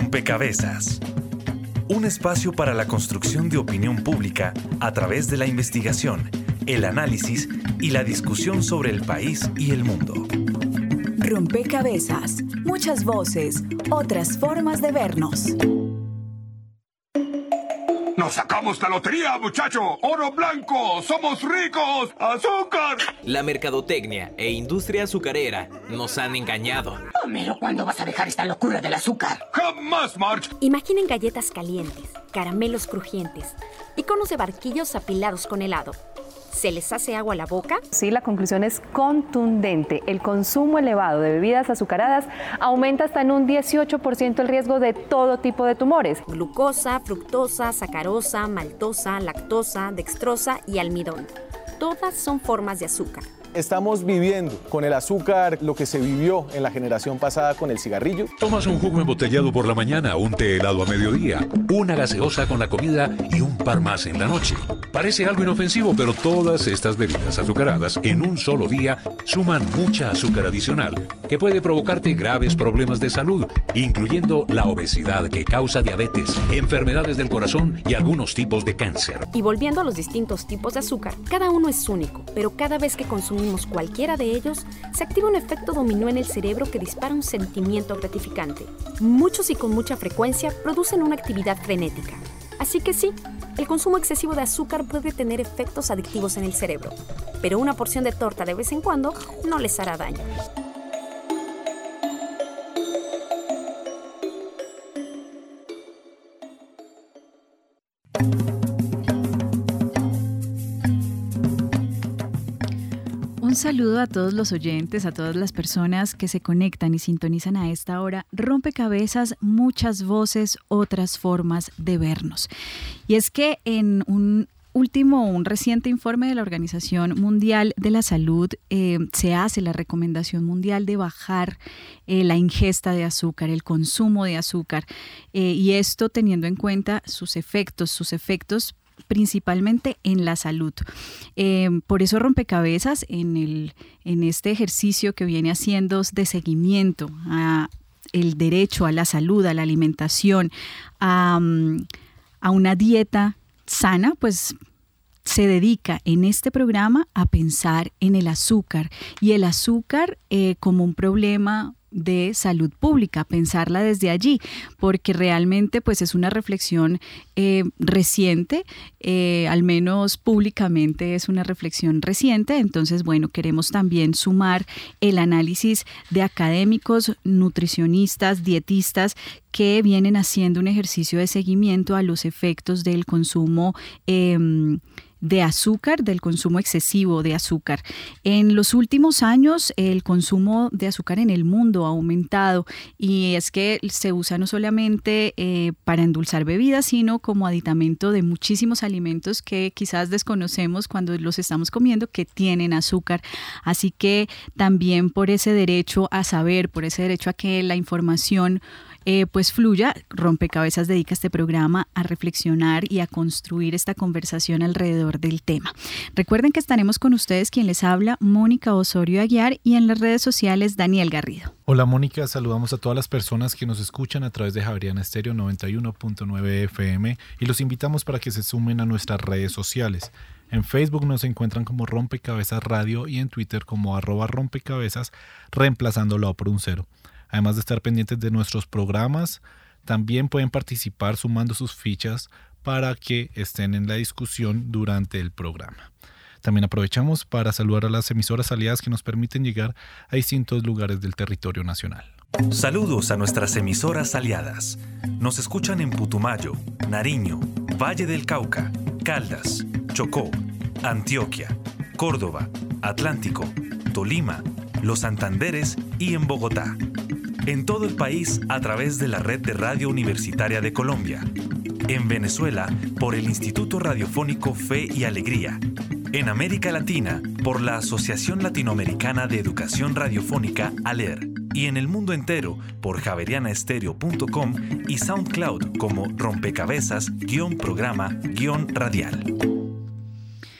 Rompecabezas. Un espacio para la construcción de opinión pública a través de la investigación, el análisis y la discusión sobre el país y el mundo. Rompecabezas. Muchas voces, otras formas de vernos. ¡Nos sacamos la lotería, muchacho! ¡Oro blanco! ¡Somos ricos! ¡Azúcar! La mercadotecnia e industria azucarera nos han engañado. Homero, ¿cuándo vas a dejar esta locura del azúcar? ¡Jamás, Marge! Imaginen galletas calientes, caramelos crujientes, iconos de barquillos apilados con helado. ¿Se les hace agua a la boca? Sí, la conclusión es contundente. El consumo elevado de bebidas azucaradas aumenta hasta en un 18% el riesgo de todo tipo de tumores. Glucosa, fructosa, sacarosa, maltosa, lactosa, dextrosa y almidón. Todas son formas de azúcar. Estamos viviendo con el azúcar lo que se vivió en la generación pasada con el cigarrillo. Tomas un jugo embotellado por la mañana, un té helado a mediodía, una gaseosa con la comida y un par más en la noche. Parece algo inofensivo, pero todas estas bebidas azucaradas en un solo día suman mucha azúcar adicional que puede provocarte graves problemas de salud, incluyendo la obesidad que causa diabetes, enfermedades del corazón y algunos tipos de cáncer. Y volviendo a los distintos tipos de azúcar, cada uno es único, pero cada vez que consumimos cualquiera de ellos, se activa un efecto dominó en el cerebro que dispara un sentimiento gratificante. Muchos y con mucha frecuencia producen una actividad frenética. Así que sí, el consumo excesivo de azúcar puede tener efectos adictivos en el cerebro, pero una porción de torta de vez en cuando no les hará daño. Un saludo a todos los oyentes, a todas las personas que se conectan y sintonizan a esta hora. Rompecabezas, muchas voces, otras formas de vernos. Y es que en un reciente informe de la Organización Mundial de la Salud se hace la recomendación mundial de bajar la ingesta de azúcar, el consumo de azúcar, y esto teniendo en cuenta sus efectos principalmente en la salud. Por eso Rompecabezas, en este ejercicio que viene haciendo de seguimiento a el derecho a la salud, a la alimentación, a una dieta sana, pues se dedica en este programa a pensar en el azúcar y el azúcar como un problema de salud pública, pensarla desde allí, porque realmente pues es una reflexión reciente, al menos públicamente es una reflexión reciente. Entonces, bueno, queremos también sumar el análisis de académicos, nutricionistas, dietistas que vienen haciendo un ejercicio de seguimiento a los efectos del consumo de azúcar, del consumo excesivo de azúcar. En los últimos años el consumo de azúcar en el mundo ha aumentado, y es que se usa no solamente para endulzar bebidas, sino como aditamento de muchísimos alimentos que quizás desconocemos cuando los estamos comiendo, que tienen azúcar. Así que también por ese derecho a saber, por ese derecho a que la información pues fluya, Rompecabezas dedica este programa a reflexionar y a construir esta conversación alrededor del tema. Recuerden que estaremos con ustedes, quien les habla, Mónica Osorio Aguiar, y en las redes sociales, Daniel Garrido. Hola Mónica, saludamos a todas las personas que nos escuchan a través de Javeriana Estéreo 91.9 FM y los invitamos para que se sumen a nuestras redes sociales. En Facebook nos encuentran como Rompecabezas Radio y en Twitter como @rompecabezas, reemplazándolo por un 0. Además de estar pendientes de nuestros programas, también pueden participar sumando sus fichas para que estén en la discusión durante el programa. También aprovechamos para saludar a las emisoras aliadas que nos permiten llegar a distintos lugares del territorio nacional. Saludos a nuestras emisoras aliadas. Nos escuchan en Putumayo, Nariño, Valle del Cauca, Caldas, Chocó, Antioquia, Córdoba, Atlántico, Tolima, Los Santanderes y en Bogotá. En todo el país a través de la Red de Radio Universitaria de Colombia. En Venezuela por el Instituto Radiofónico Fe y Alegría. En América Latina por la Asociación Latinoamericana de Educación Radiofónica ALER. Y en el mundo entero por javerianaestereo.com y SoundCloud como Rompecabezas-programa-radial.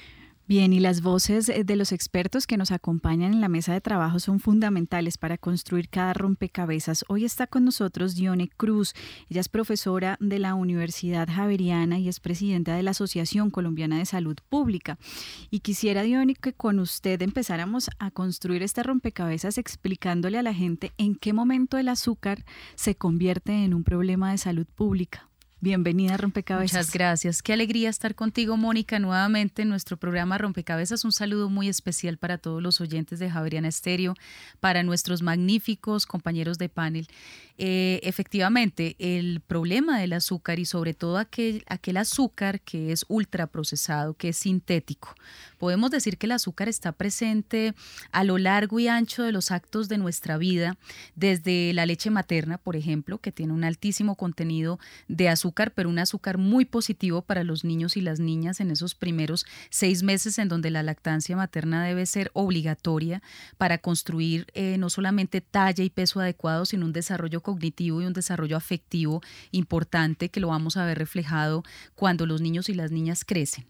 Bien, y las voces de los expertos que nos acompañan en la mesa de trabajo son fundamentales para construir cada rompecabezas. Hoy está con nosotros Dione Cruz. Ella es profesora de la Universidad Javeriana y es presidenta de la Asociación Colombiana de Salud Pública. Y quisiera, Dione, que con usted empezáramos a construir este rompecabezas explicándole a la gente en qué momento el azúcar se convierte en un problema de salud pública. Bienvenida a Rompecabezas. Muchas gracias. Qué alegría estar contigo, Mónica, nuevamente en nuestro programa Rompecabezas. Un saludo muy especial para todos los oyentes de Javeriana Estéreo, para nuestros magníficos compañeros de panel. Efectivamente, el problema del azúcar y sobre todo aquel azúcar que es ultraprocesado, que es sintético. Podemos decir que el azúcar está presente a lo largo y ancho de los actos de nuestra vida, desde la leche materna, por ejemplo, que tiene un altísimo contenido de azúcar, pero un azúcar muy positivo para los niños y las niñas en esos primeros 6 meses en donde la lactancia materna debe ser obligatoria para construir no solamente talla y peso adecuado, sino un desarrollo cognitivo y un desarrollo afectivo importante que lo vamos a ver reflejado cuando los niños y las niñas crecen.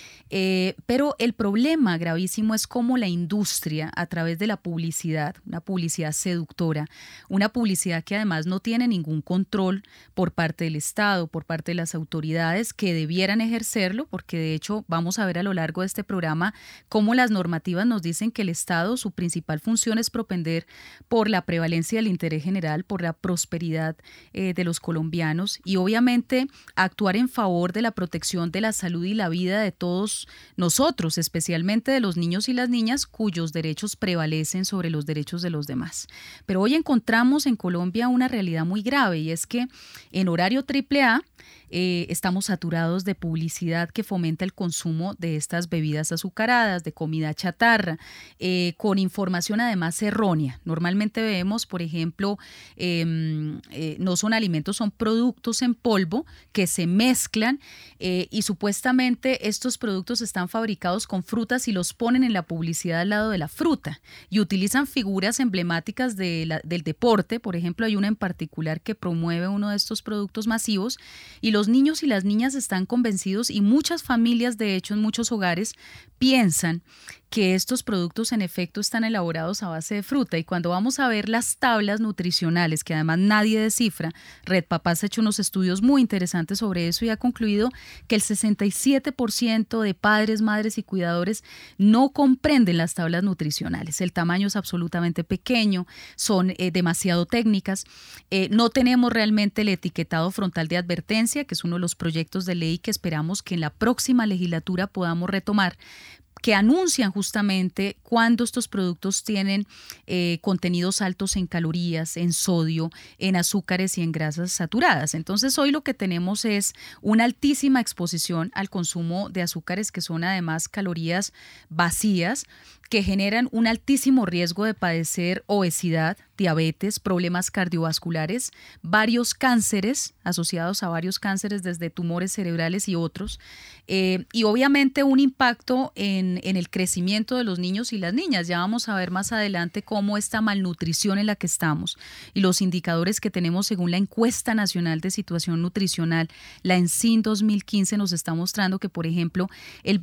Pero el problema gravísimo es cómo la industria, a través de la publicidad, una publicidad seductora, una publicidad que además no tiene ningún control por parte del Estado, por parte de las autoridades que debieran ejercerlo, porque de hecho vamos a ver a lo largo de este programa cómo las normativas nos dicen que el Estado, su principal función es propender por la prevalencia del interés general, por la prosperidad de los colombianos y obviamente actuar en favor de la protección de la salud y la vida de todos nosotros, especialmente de los niños y las niñas cuyos derechos prevalecen sobre los derechos de los demás. Pero hoy encontramos en Colombia una realidad muy grave y es que en horario AAA estamos saturados de publicidad que fomenta el consumo de estas bebidas azucaradas, de comida chatarra, con información además errónea. Normalmente vemos, por ejemplo, no son alimentos, son productos en polvo que se mezclan y supuestamente estos productos están fabricados con frutas y los ponen en la publicidad al lado de la fruta y utilizan figuras emblemáticas del deporte. Por ejemplo, hay una en particular que promueve uno de estos productos masivos y los niños y las niñas están convencidos y muchas familias, de hecho, en muchos hogares piensan que estos productos en efecto están elaborados a base de fruta y cuando vamos a ver las tablas nutricionales que además nadie descifra, Red Papás ha hecho unos estudios muy interesantes sobre eso y ha concluido que el 67% de padres, madres y cuidadores no comprenden las tablas nutricionales. El tamaño es absolutamente pequeño, son demasiado técnicas, no tenemos realmente el etiquetado frontal de advertencia, que es uno de los proyectos de ley que esperamos que en la próxima legislatura podamos retomar, que anuncian justamente cuando estos productos tienen contenidos altos en calorías, en sodio, en azúcares y en grasas saturadas. Entonces hoy lo que tenemos es una altísima exposición al consumo de azúcares que son además calorías vacías, que generan un altísimo riesgo de padecer obesidad, diabetes, problemas cardiovasculares, varios cánceres asociados a varios cánceres desde tumores cerebrales y otros, y obviamente un impacto en el crecimiento de los niños y las niñas. Ya vamos a ver más adelante cómo esta malnutrición en la que estamos y los indicadores que tenemos según la Encuesta Nacional de Situación Nutricional, la ENSIN 2015, nos está mostrando que, por ejemplo, el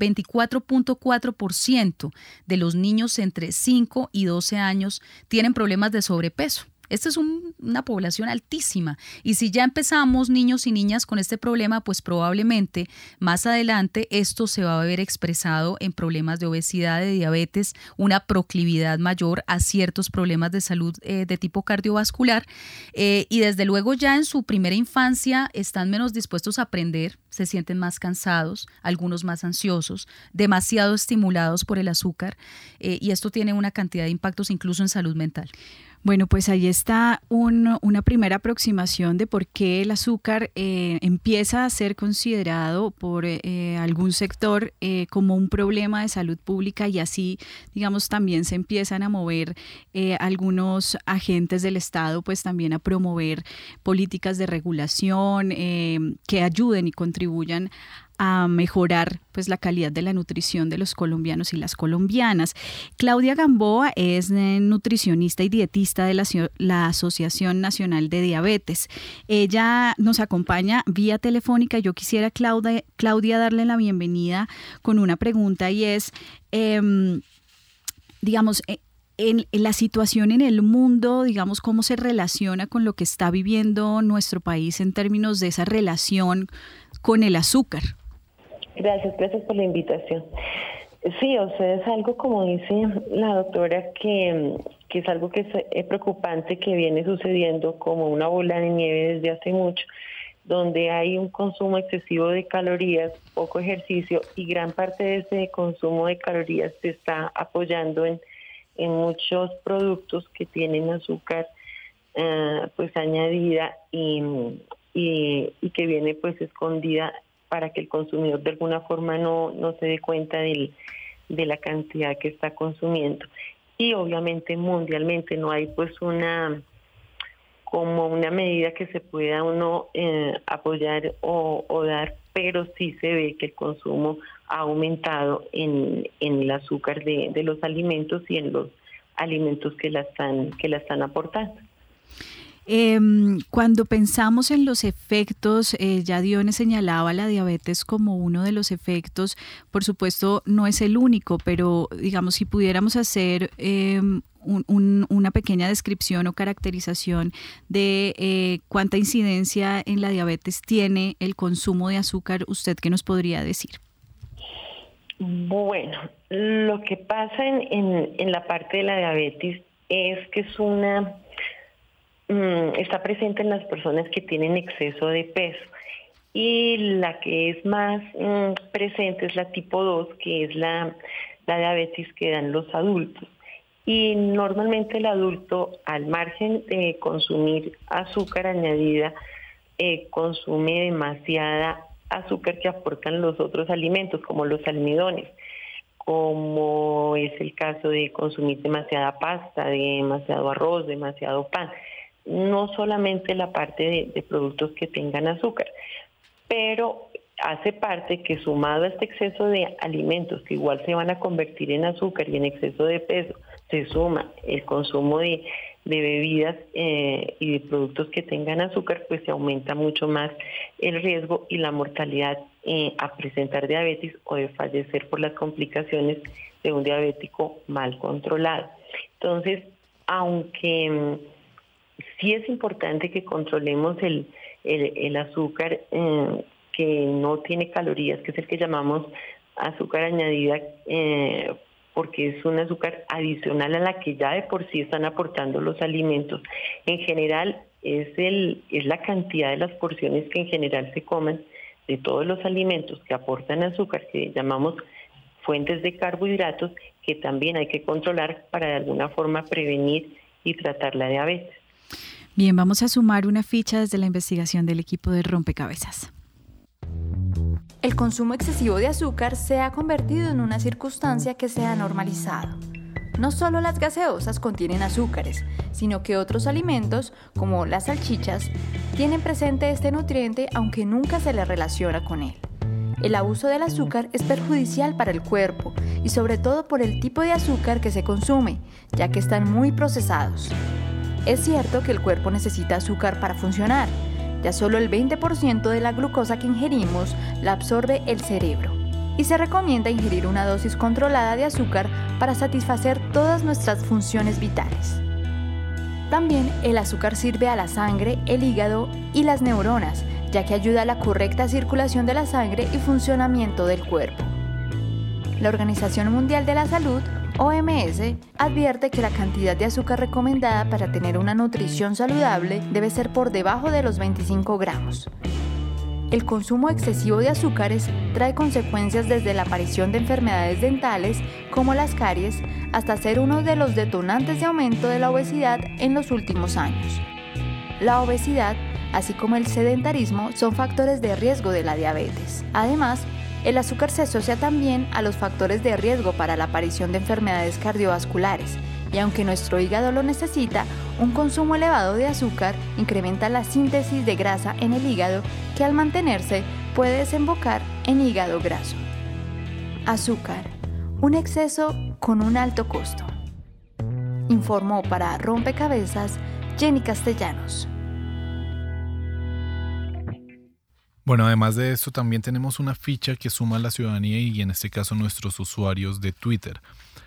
24.4% de los niños entre 5 y 12 años tienen problemas de sobrepeso. Esta es una población altísima y si ya empezamos niños y niñas con este problema, pues probablemente más adelante esto se va a ver expresado en problemas de obesidad, de diabetes, una proclividad mayor a ciertos problemas de salud de tipo cardiovascular y desde luego ya en su primera infancia están menos dispuestos a aprender, se sienten más cansados, algunos más ansiosos, demasiado estimulados por el azúcar y esto tiene una cantidad de impactos incluso en salud mental. Bueno, pues ahí está una primera aproximación de por qué el azúcar empieza a ser considerado por algún sector como un problema de salud pública y así, digamos, también se empiezan a mover algunos agentes del Estado, pues también a promover políticas de regulación que ayuden y contribuyan a mejorar pues la calidad de la nutrición de los colombianos y las colombianas. Claudia Gamboa es nutricionista y dietista de la Asociación Nacional de Diabetes. Ella nos acompaña vía telefónica. Yo quisiera, Claudia, darle la bienvenida con una pregunta y es, digamos, en la situación en el mundo, digamos, cómo se relaciona con lo que está viviendo nuestro país en términos de esa relación con el azúcar. Gracias por la invitación. Sí, o sea, es algo, como dice la doctora, que es algo que es preocupante, que viene sucediendo como una bola de nieve desde hace mucho, donde hay un consumo excesivo de calorías, poco ejercicio, y gran parte de ese consumo de calorías se está apoyando en muchos productos que tienen azúcar pues añadida y que viene pues escondida para que el consumidor de alguna forma no se dé cuenta de la cantidad que está consumiendo. Y obviamente mundialmente no hay pues una medida que se pueda uno apoyar o dar, pero sí se ve que el consumo ha aumentado en el azúcar de los alimentos y en los alimentos que la están aportando. Cuando pensamos en los efectos, ya Dione señalaba la diabetes como uno de los efectos. Por supuesto, no es el único, pero digamos, si pudiéramos hacer una pequeña descripción o caracterización de cuánta incidencia en la diabetes tiene el consumo de azúcar, ¿usted qué nos podría decir? Bueno, lo que pasa en la parte de la diabetes es que está presente en las personas que tienen exceso de peso, y la que es más presente es la tipo 2, que es la diabetes que dan los adultos. Y normalmente el adulto, al margen de consumir azúcar añadida, consume demasiada azúcar que aportan los otros alimentos, como los almidones, como es el caso de consumir demasiada pasta, demasiado arroz, demasiado pan. No solamente la parte de productos que tengan azúcar, pero hace parte que, sumado a este exceso de alimentos que igual se van a convertir en azúcar y en exceso de peso, se suma el consumo de bebidas y de productos que tengan azúcar, pues se aumenta mucho más el riesgo y la mortalidad a presentar diabetes o de fallecer por las complicaciones de un diabético mal controlado. Entonces, aunque sí es importante que controlemos el azúcar que no tiene calorías, que es el que llamamos azúcar añadida, porque es un azúcar adicional a la que ya de por sí están aportando los alimentos. En general es la cantidad de las porciones que en general se comen de todos los alimentos que aportan azúcar, que llamamos fuentes de carbohidratos, que también hay que controlar para de alguna forma prevenir y tratar la diabetes. Bien, vamos a sumar una ficha desde la investigación del equipo de Rompecabezas. El consumo excesivo de azúcar se ha convertido en una circunstancia que se ha normalizado. No solo las gaseosas contienen azúcares, sino que otros alimentos, como las salchichas, tienen presente este nutriente aunque nunca se le relaciona con él. El abuso del azúcar es perjudicial para el cuerpo y sobre todo por el tipo de azúcar que se consume, ya que están muy procesados. Es cierto que el cuerpo necesita azúcar para funcionar. Ya solo el 20% de la glucosa que ingerimos la absorbe el cerebro. Y se recomienda ingerir una dosis controlada de azúcar para satisfacer todas nuestras funciones vitales. También el azúcar sirve a la sangre, el hígado y las neuronas, ya que ayuda a la correcta circulación de la sangre y funcionamiento del cuerpo. La Organización Mundial de la Salud, OMS, advierte que la cantidad de azúcar recomendada para tener una nutrición saludable debe ser por debajo de los 25 gramos. El consumo excesivo de azúcares trae consecuencias desde la aparición de enfermedades dentales como las caries hasta ser uno de los detonantes de aumento de la obesidad en los últimos años. La obesidad, así como el sedentarismo, son factores de riesgo de la diabetes. Además, el azúcar se asocia también a los factores de riesgo para la aparición de enfermedades cardiovasculares, y aunque nuestro hígado lo necesita, un consumo elevado de azúcar incrementa la síntesis de grasa en el hígado, que al mantenerse puede desembocar en hígado graso. Azúcar, un exceso con un alto costo. Informó para Rompecabezas Jenny Castellanos. Bueno, además de esto también tenemos una ficha que suma a la ciudadanía y en este caso nuestros usuarios de Twitter.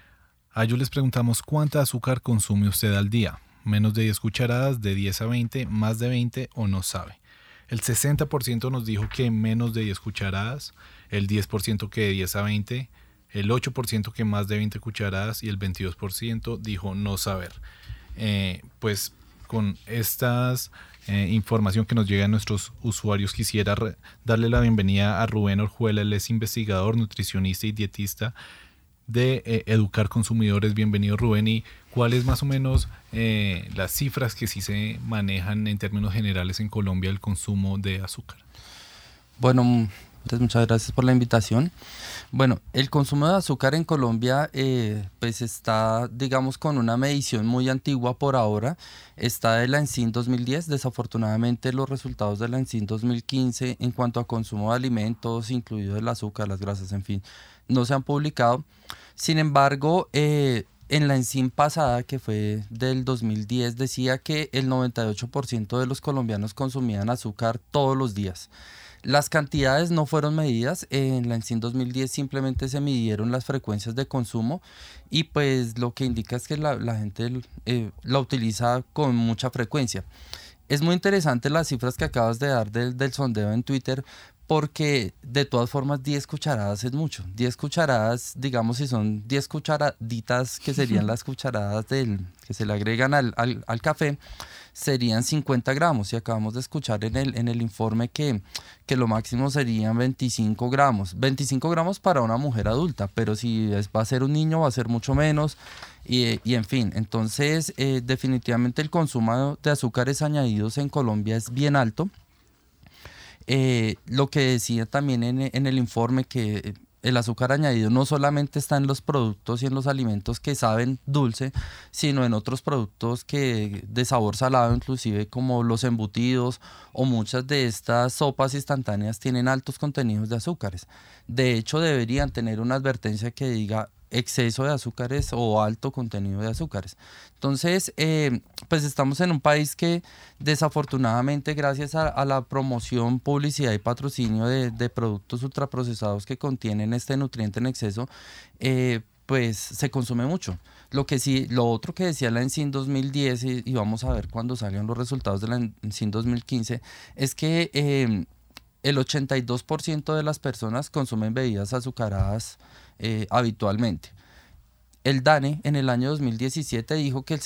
A ellos les preguntamos cuánta azúcar consume usted al día. Menos de 10 cucharadas, de 10 a 20, más de 20 o no sabe. El 60% nos dijo que menos de 10 cucharadas, el 10% que de 10 a 20, el 8% que más de 20 cucharadas y el 22% dijo no saber. Pues con estas información que nos llega a nuestros usuarios, quisiera darle la bienvenida a Rubén Orjuela. Él es investigador, nutricionista y dietista de Educar Consumidores. Bienvenido, Rubén. ¿Y cuáles más o menos las cifras que sí se manejan en términos generales en Colombia del consumo de azúcar? Bueno, entonces muchas gracias por la invitación. Bueno, el consumo de azúcar en Colombia pues está, digamos, con una medición muy antigua por ahora. Está de la ENSIN 2010. Desafortunadamente los resultados de la ENSIN 2015 en cuanto a consumo de alimentos, incluido el azúcar, las grasas, en fin, no se han publicado. Sin embargo, en la ENSIN pasada, que fue del 2010, decía que el 98% de los colombianos consumían azúcar todos los días. Las cantidades no fueron medidas, en la ENSIN 2010 simplemente se midieron las frecuencias de consumo y pues lo que indica es que la gente la utiliza con mucha frecuencia. Es muy interesante las cifras que acabas de dar del sondeo en Twitter, porque de todas formas 10 cucharadas es mucho. 10 cucharadas, digamos, si son 10 cucharaditas, que serían las cucharadas que se le agregan al café, serían 50 gramos. Y acabamos de escuchar en el informe que lo máximo serían 25 gramos. 25 gramos para una mujer adulta, pero si va a ser un niño va a ser mucho menos. Y en fin, entonces definitivamente el consumo de azúcares añadidos en Colombia es bien alto. Lo que decía también en el informe, que el azúcar añadido no solamente está en los productos y en los alimentos que saben dulce, sino en otros productos de sabor salado, inclusive como los embutidos o muchas de estas sopas instantáneas tienen altos contenidos de azúcares. De hecho, deberían tener una advertencia que diga exceso de azúcares o alto contenido de azúcares. Entonces, pues estamos en un país que desafortunadamente, gracias a la promoción, publicidad y patrocinio de productos ultraprocesados que contienen este nutriente en exceso, pues se consume mucho. Lo otro que decía la ENSIN 2010, y vamos a ver cuando salgan los resultados de la ENSIN 2015, es que el 82% de las personas consumen bebidas azucaradas habitualmente. El DANE en el año 2017 dijo que el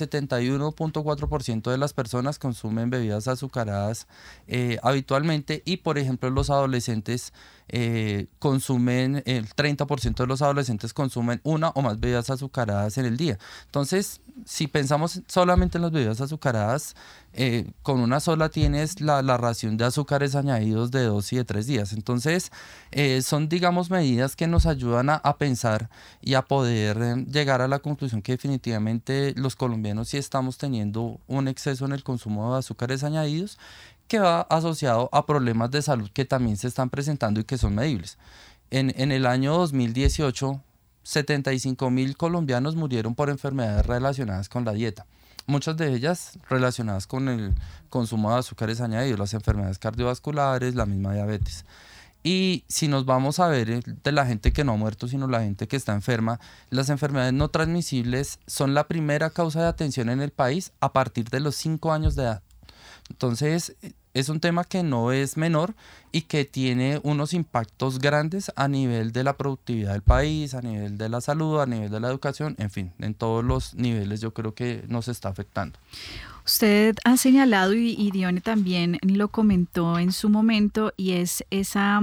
71.4% de las personas consumen bebidas azucaradas habitualmente, y por ejemplo los adolescentes consumen, el 30% de los adolescentes consumen una o más bebidas azucaradas en el día. Entonces, si pensamos solamente en las bebidas azucaradas, con una sola tienes la ración de azúcares añadidos de 2 y de 3 días. Entonces, son, digamos, medidas que nos ayudan a pensar y a poder llegar a la conclusión que definitivamente los colombianos sí estamos teniendo un exceso en el consumo de azúcares añadidos, que va asociado a problemas de salud que también se están presentando y que son medibles. En el año 2018, 75,000 colombianos murieron por enfermedades relacionadas con la dieta. Muchas de ellas relacionadas con el consumo de azúcares añadidos, las enfermedades cardiovasculares, la misma diabetes. Y si nos vamos a ver de la gente que no ha muerto, sino la gente que está enferma, las enfermedades no transmisibles son la primera causa de atención en el país a partir de los 5 años de edad. Entonces, es un tema que no es menor y que tiene unos impactos grandes a nivel de la productividad del país, a nivel de la salud, a nivel de la educación, en fin, en todos los niveles yo creo que nos está afectando. Usted ha señalado, y Dione también lo comentó en su momento, y es esa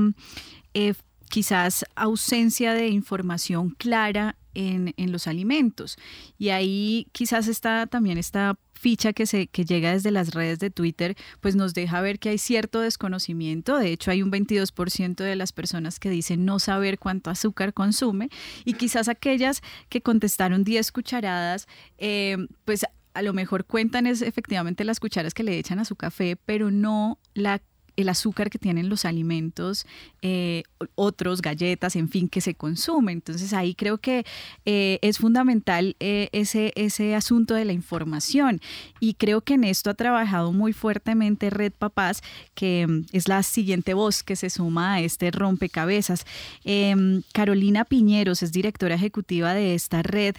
quizás ausencia de información clara en los alimentos. Y ahí quizás también esta ficha que llega desde las redes de Twitter, pues nos deja ver que hay cierto desconocimiento. De hecho, hay un 22% de las personas que dicen no saber cuánto azúcar consume, y quizás aquellas que contestaron 10 cucharadas, pues a lo mejor cuentan efectivamente las cucharas que le echan a su café, pero no el azúcar que tienen los alimentos, otros, galletas, en fin, que se consumen. Entonces ahí creo que es fundamental ese asunto de la información, y creo que en esto ha trabajado muy fuertemente Red Papás, que es la siguiente voz que se suma a este rompecabezas. Carolina Piñeros es directora ejecutiva de esta red,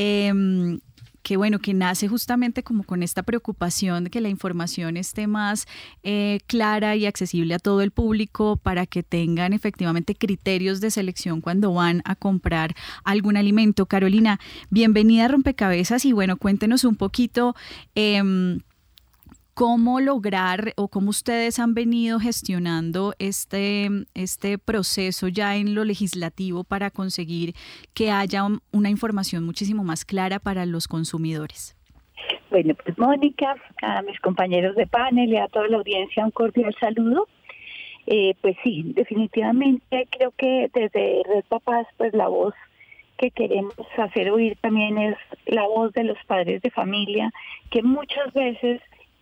que nace justamente como con esta preocupación de que la información esté más clara y accesible a todo el público, para que tengan efectivamente criterios de selección cuando van a comprar algún alimento. Carolina, bienvenida a Rompecabezas, y cuéntenos un poquito cómo lograr, o cómo ustedes han venido gestionando este proceso ya en lo legislativo para conseguir que haya una información muchísimo más clara para los consumidores. Bueno, pues Mónica, a mis compañeros de panel y a toda la audiencia un cordial saludo. Pues sí, definitivamente creo que desde Red Papás, pues la voz que queremos hacer oír también es la voz de los padres de familia, que muchas veces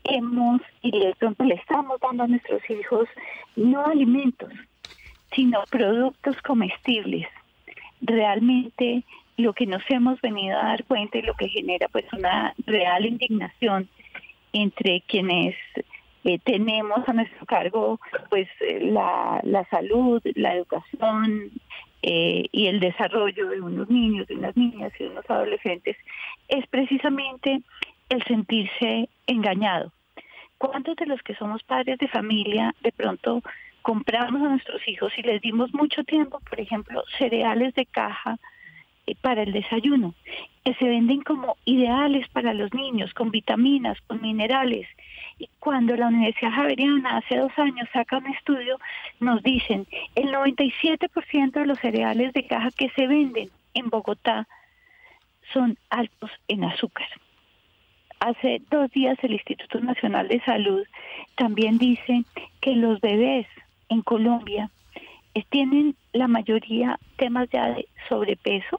le estamos dando a nuestros hijos no alimentos, sino productos comestibles. Realmente lo que nos hemos venido a dar cuenta, y lo que genera pues una real indignación entre quienes tenemos a nuestro cargo pues la salud, la educación y el desarrollo de unos niños, de unas niñas y de unos adolescentes, es precisamente el sentirse engañado. ¿Cuántos de los que somos padres de familia de pronto compramos a nuestros hijos y les dimos mucho tiempo, por ejemplo, cereales de caja para el desayuno, que se venden como ideales para los niños, con vitaminas, con minerales? Y cuando la Universidad Javeriana hace 2 años saca un estudio, nos dicen el 97% de los cereales de caja que se venden en Bogotá son altos en azúcar. Hace 2 días el Instituto Nacional de Salud también dice que los bebés en Colombia tienen la mayoría temas ya de sobrepeso,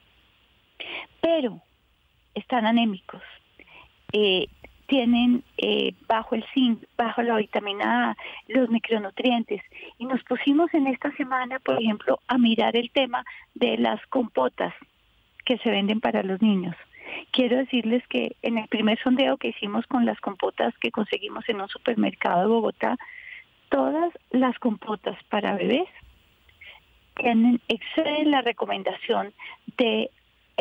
pero están anémicos, tienen bajo el zinc, bajo la vitamina A, los micronutrientes. Y nos pusimos en esta semana, por ejemplo, a mirar el tema de las compotas que se venden para los niños. Quiero decirles que en el primer sondeo que hicimos con las compotas que conseguimos en un supermercado de Bogotá, todas las compotas para bebés exceden la recomendación de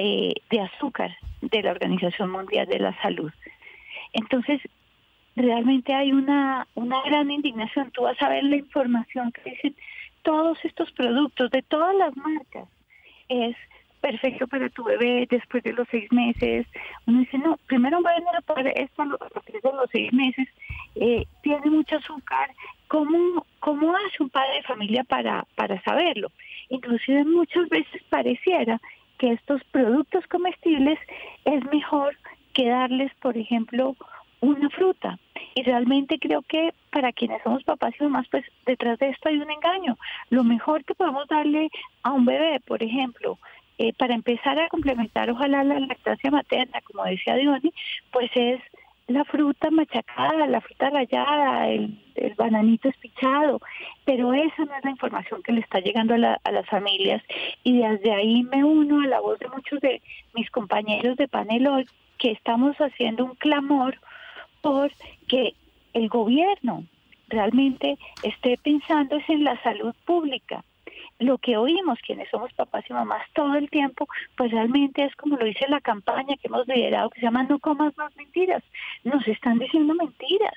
azúcar de la Organización Mundial de la Salud. Entonces, realmente hay una gran indignación. Tú vas a ver la información que dicen todos estos productos de todas las marcas. Es perfecto para tu bebé después de los 6 meses. Uno dice, no, primero voy a para esto a partir de los 6 meses. Tiene mucho azúcar. ¿Cómo hace un padre de familia para saberlo? Inclusive muchas veces pareciera que estos productos comestibles es mejor que darles, por ejemplo, una fruta. Y realmente creo que para quienes somos papás y mamás, pues detrás de esto hay un engaño. Lo mejor que podemos darle a un bebé, por ejemplo, para empezar a complementar ojalá la lactancia materna, como decía Diony, pues es la fruta machacada, la fruta rallada, el bananito espichado, pero esa no es la información que le está llegando a las familias, y desde ahí me uno a la voz de muchos de mis compañeros de panel hoy, que estamos haciendo un clamor por que el gobierno realmente esté pensando es en la salud pública. Lo que oímos quienes somos papás y mamás todo el tiempo, pues realmente es como lo dice la campaña que hemos liderado, que se llama No comas más mentiras. Nos están diciendo mentiras.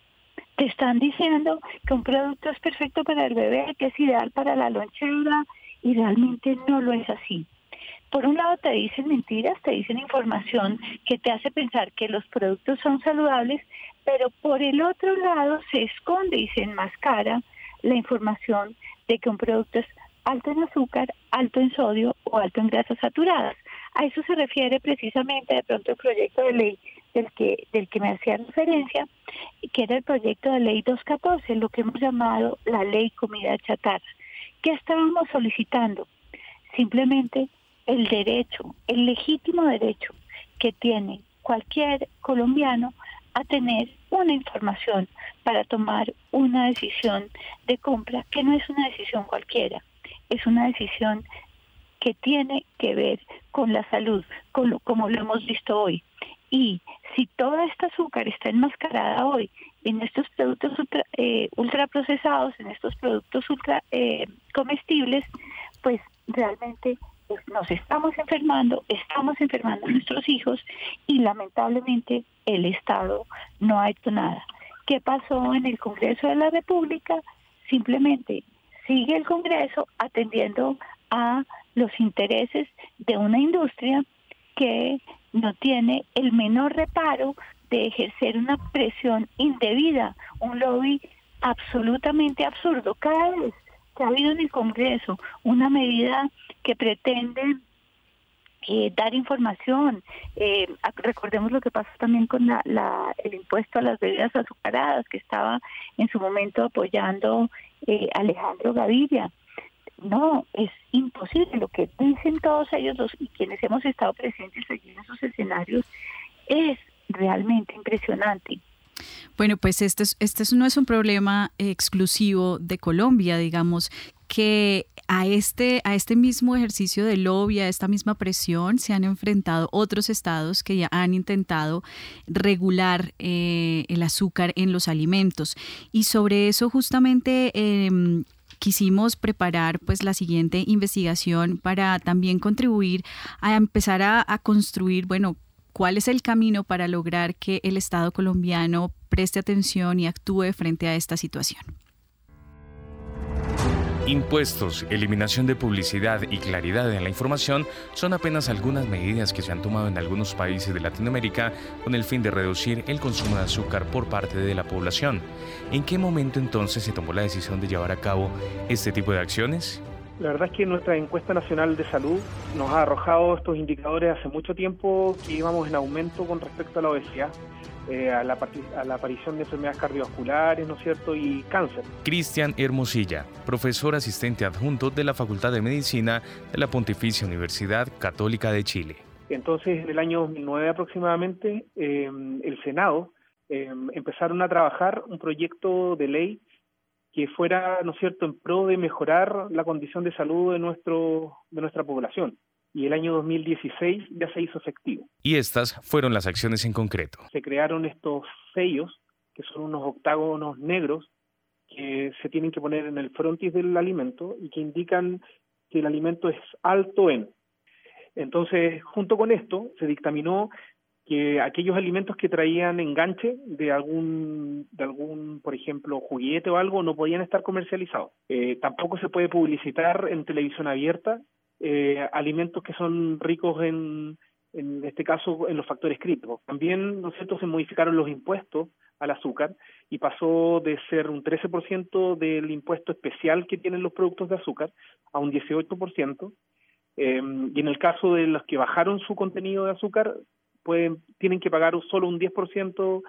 Te están diciendo que un producto es perfecto para el bebé, que es ideal para la lonchera, y realmente no lo es así. Por un lado te dicen mentiras, te dicen información que te hace pensar que los productos son saludables, pero por el otro lado se esconde y se enmascara la información de que un producto es alto en azúcar, alto en sodio o alto en grasas saturadas. A eso se refiere precisamente de pronto el proyecto de ley del que me hacía referencia, que era el proyecto de ley 214, lo que hemos llamado la ley comida chatarra. ¿Qué estábamos solicitando? Simplemente el derecho, el legítimo derecho que tiene cualquier colombiano a tener una información para tomar una decisión de compra que no es una decisión cualquiera, es una decisión que tiene que ver con la salud, como lo hemos visto hoy. Y si toda esta azúcar está enmascarada hoy en estos productos ultraprocesados, en estos productos ultra comestibles, pues realmente nos estamos enfermando a nuestros hijos y lamentablemente el Estado no ha hecho nada. ¿Qué pasó en el Congreso de la República? Simplemente sigue el Congreso atendiendo a los intereses de una industria que no tiene el menor reparo de ejercer una presión indebida, un lobby absolutamente absurdo. Cada vez que ha habido en el Congreso una medida que pretende dar información, recordemos lo que pasó también con el impuesto a las bebidas azucaradas, que estaba en su momento apoyando Alejandro Gaviria. No, es imposible. Lo que dicen todos ellos y quienes hemos estado presentes allí en esos escenarios es realmente impresionante. Bueno, pues este no es un problema exclusivo de Colombia, digamos, que a este mismo ejercicio de lobby, a esta misma presión, se han enfrentado otros estados que ya han intentado regular el azúcar en los alimentos. Y sobre eso justamente quisimos preparar pues la siguiente investigación para también contribuir a empezar a construir, bueno, cuál es el camino para lograr que el Estado colombiano preste atención y actúe frente a esta situación. Impuestos, eliminación de publicidad y claridad en la información son apenas algunas medidas que se han tomado en algunos países de Latinoamérica con el fin de reducir el consumo de azúcar por parte de la población. ¿En qué momento entonces se tomó la decisión de llevar a cabo este tipo de acciones? La verdad es que nuestra encuesta nacional de salud nos ha arrojado estos indicadores hace mucho tiempo que íbamos en aumento con respecto a la obesidad. A la aparición de enfermedades cardiovasculares, ¿no es cierto?, y cáncer. Cristian Hermosilla, profesor asistente adjunto de la Facultad de Medicina de la Pontificia Universidad Católica de Chile. Entonces, en el año 2009 aproximadamente, el Senado empezaron a trabajar un proyecto de ley que fuera, ¿no es cierto?, en pro de mejorar la condición de salud de nuestra población. Y el año 2016 ya se hizo efectivo. Y estas fueron las acciones en concreto. Se crearon estos sellos, que son unos octágonos negros, que se tienen que poner en el frontis del alimento y que indican que el alimento es alto en. Entonces, junto con esto, se dictaminó que aquellos alimentos que traían enganche de algún, por ejemplo, juguete o algo, no podían estar comercializados. Tampoco se puede publicitar en televisión abierta alimentos que son ricos en este caso en los factores críticos. También, ¿no es cierto?, se modificaron los impuestos al azúcar y pasó de ser un 13% del impuesto especial que tienen los productos de azúcar a un 18%. Y en el caso de los que bajaron su contenido de azúcar, tienen que pagar solo un 10%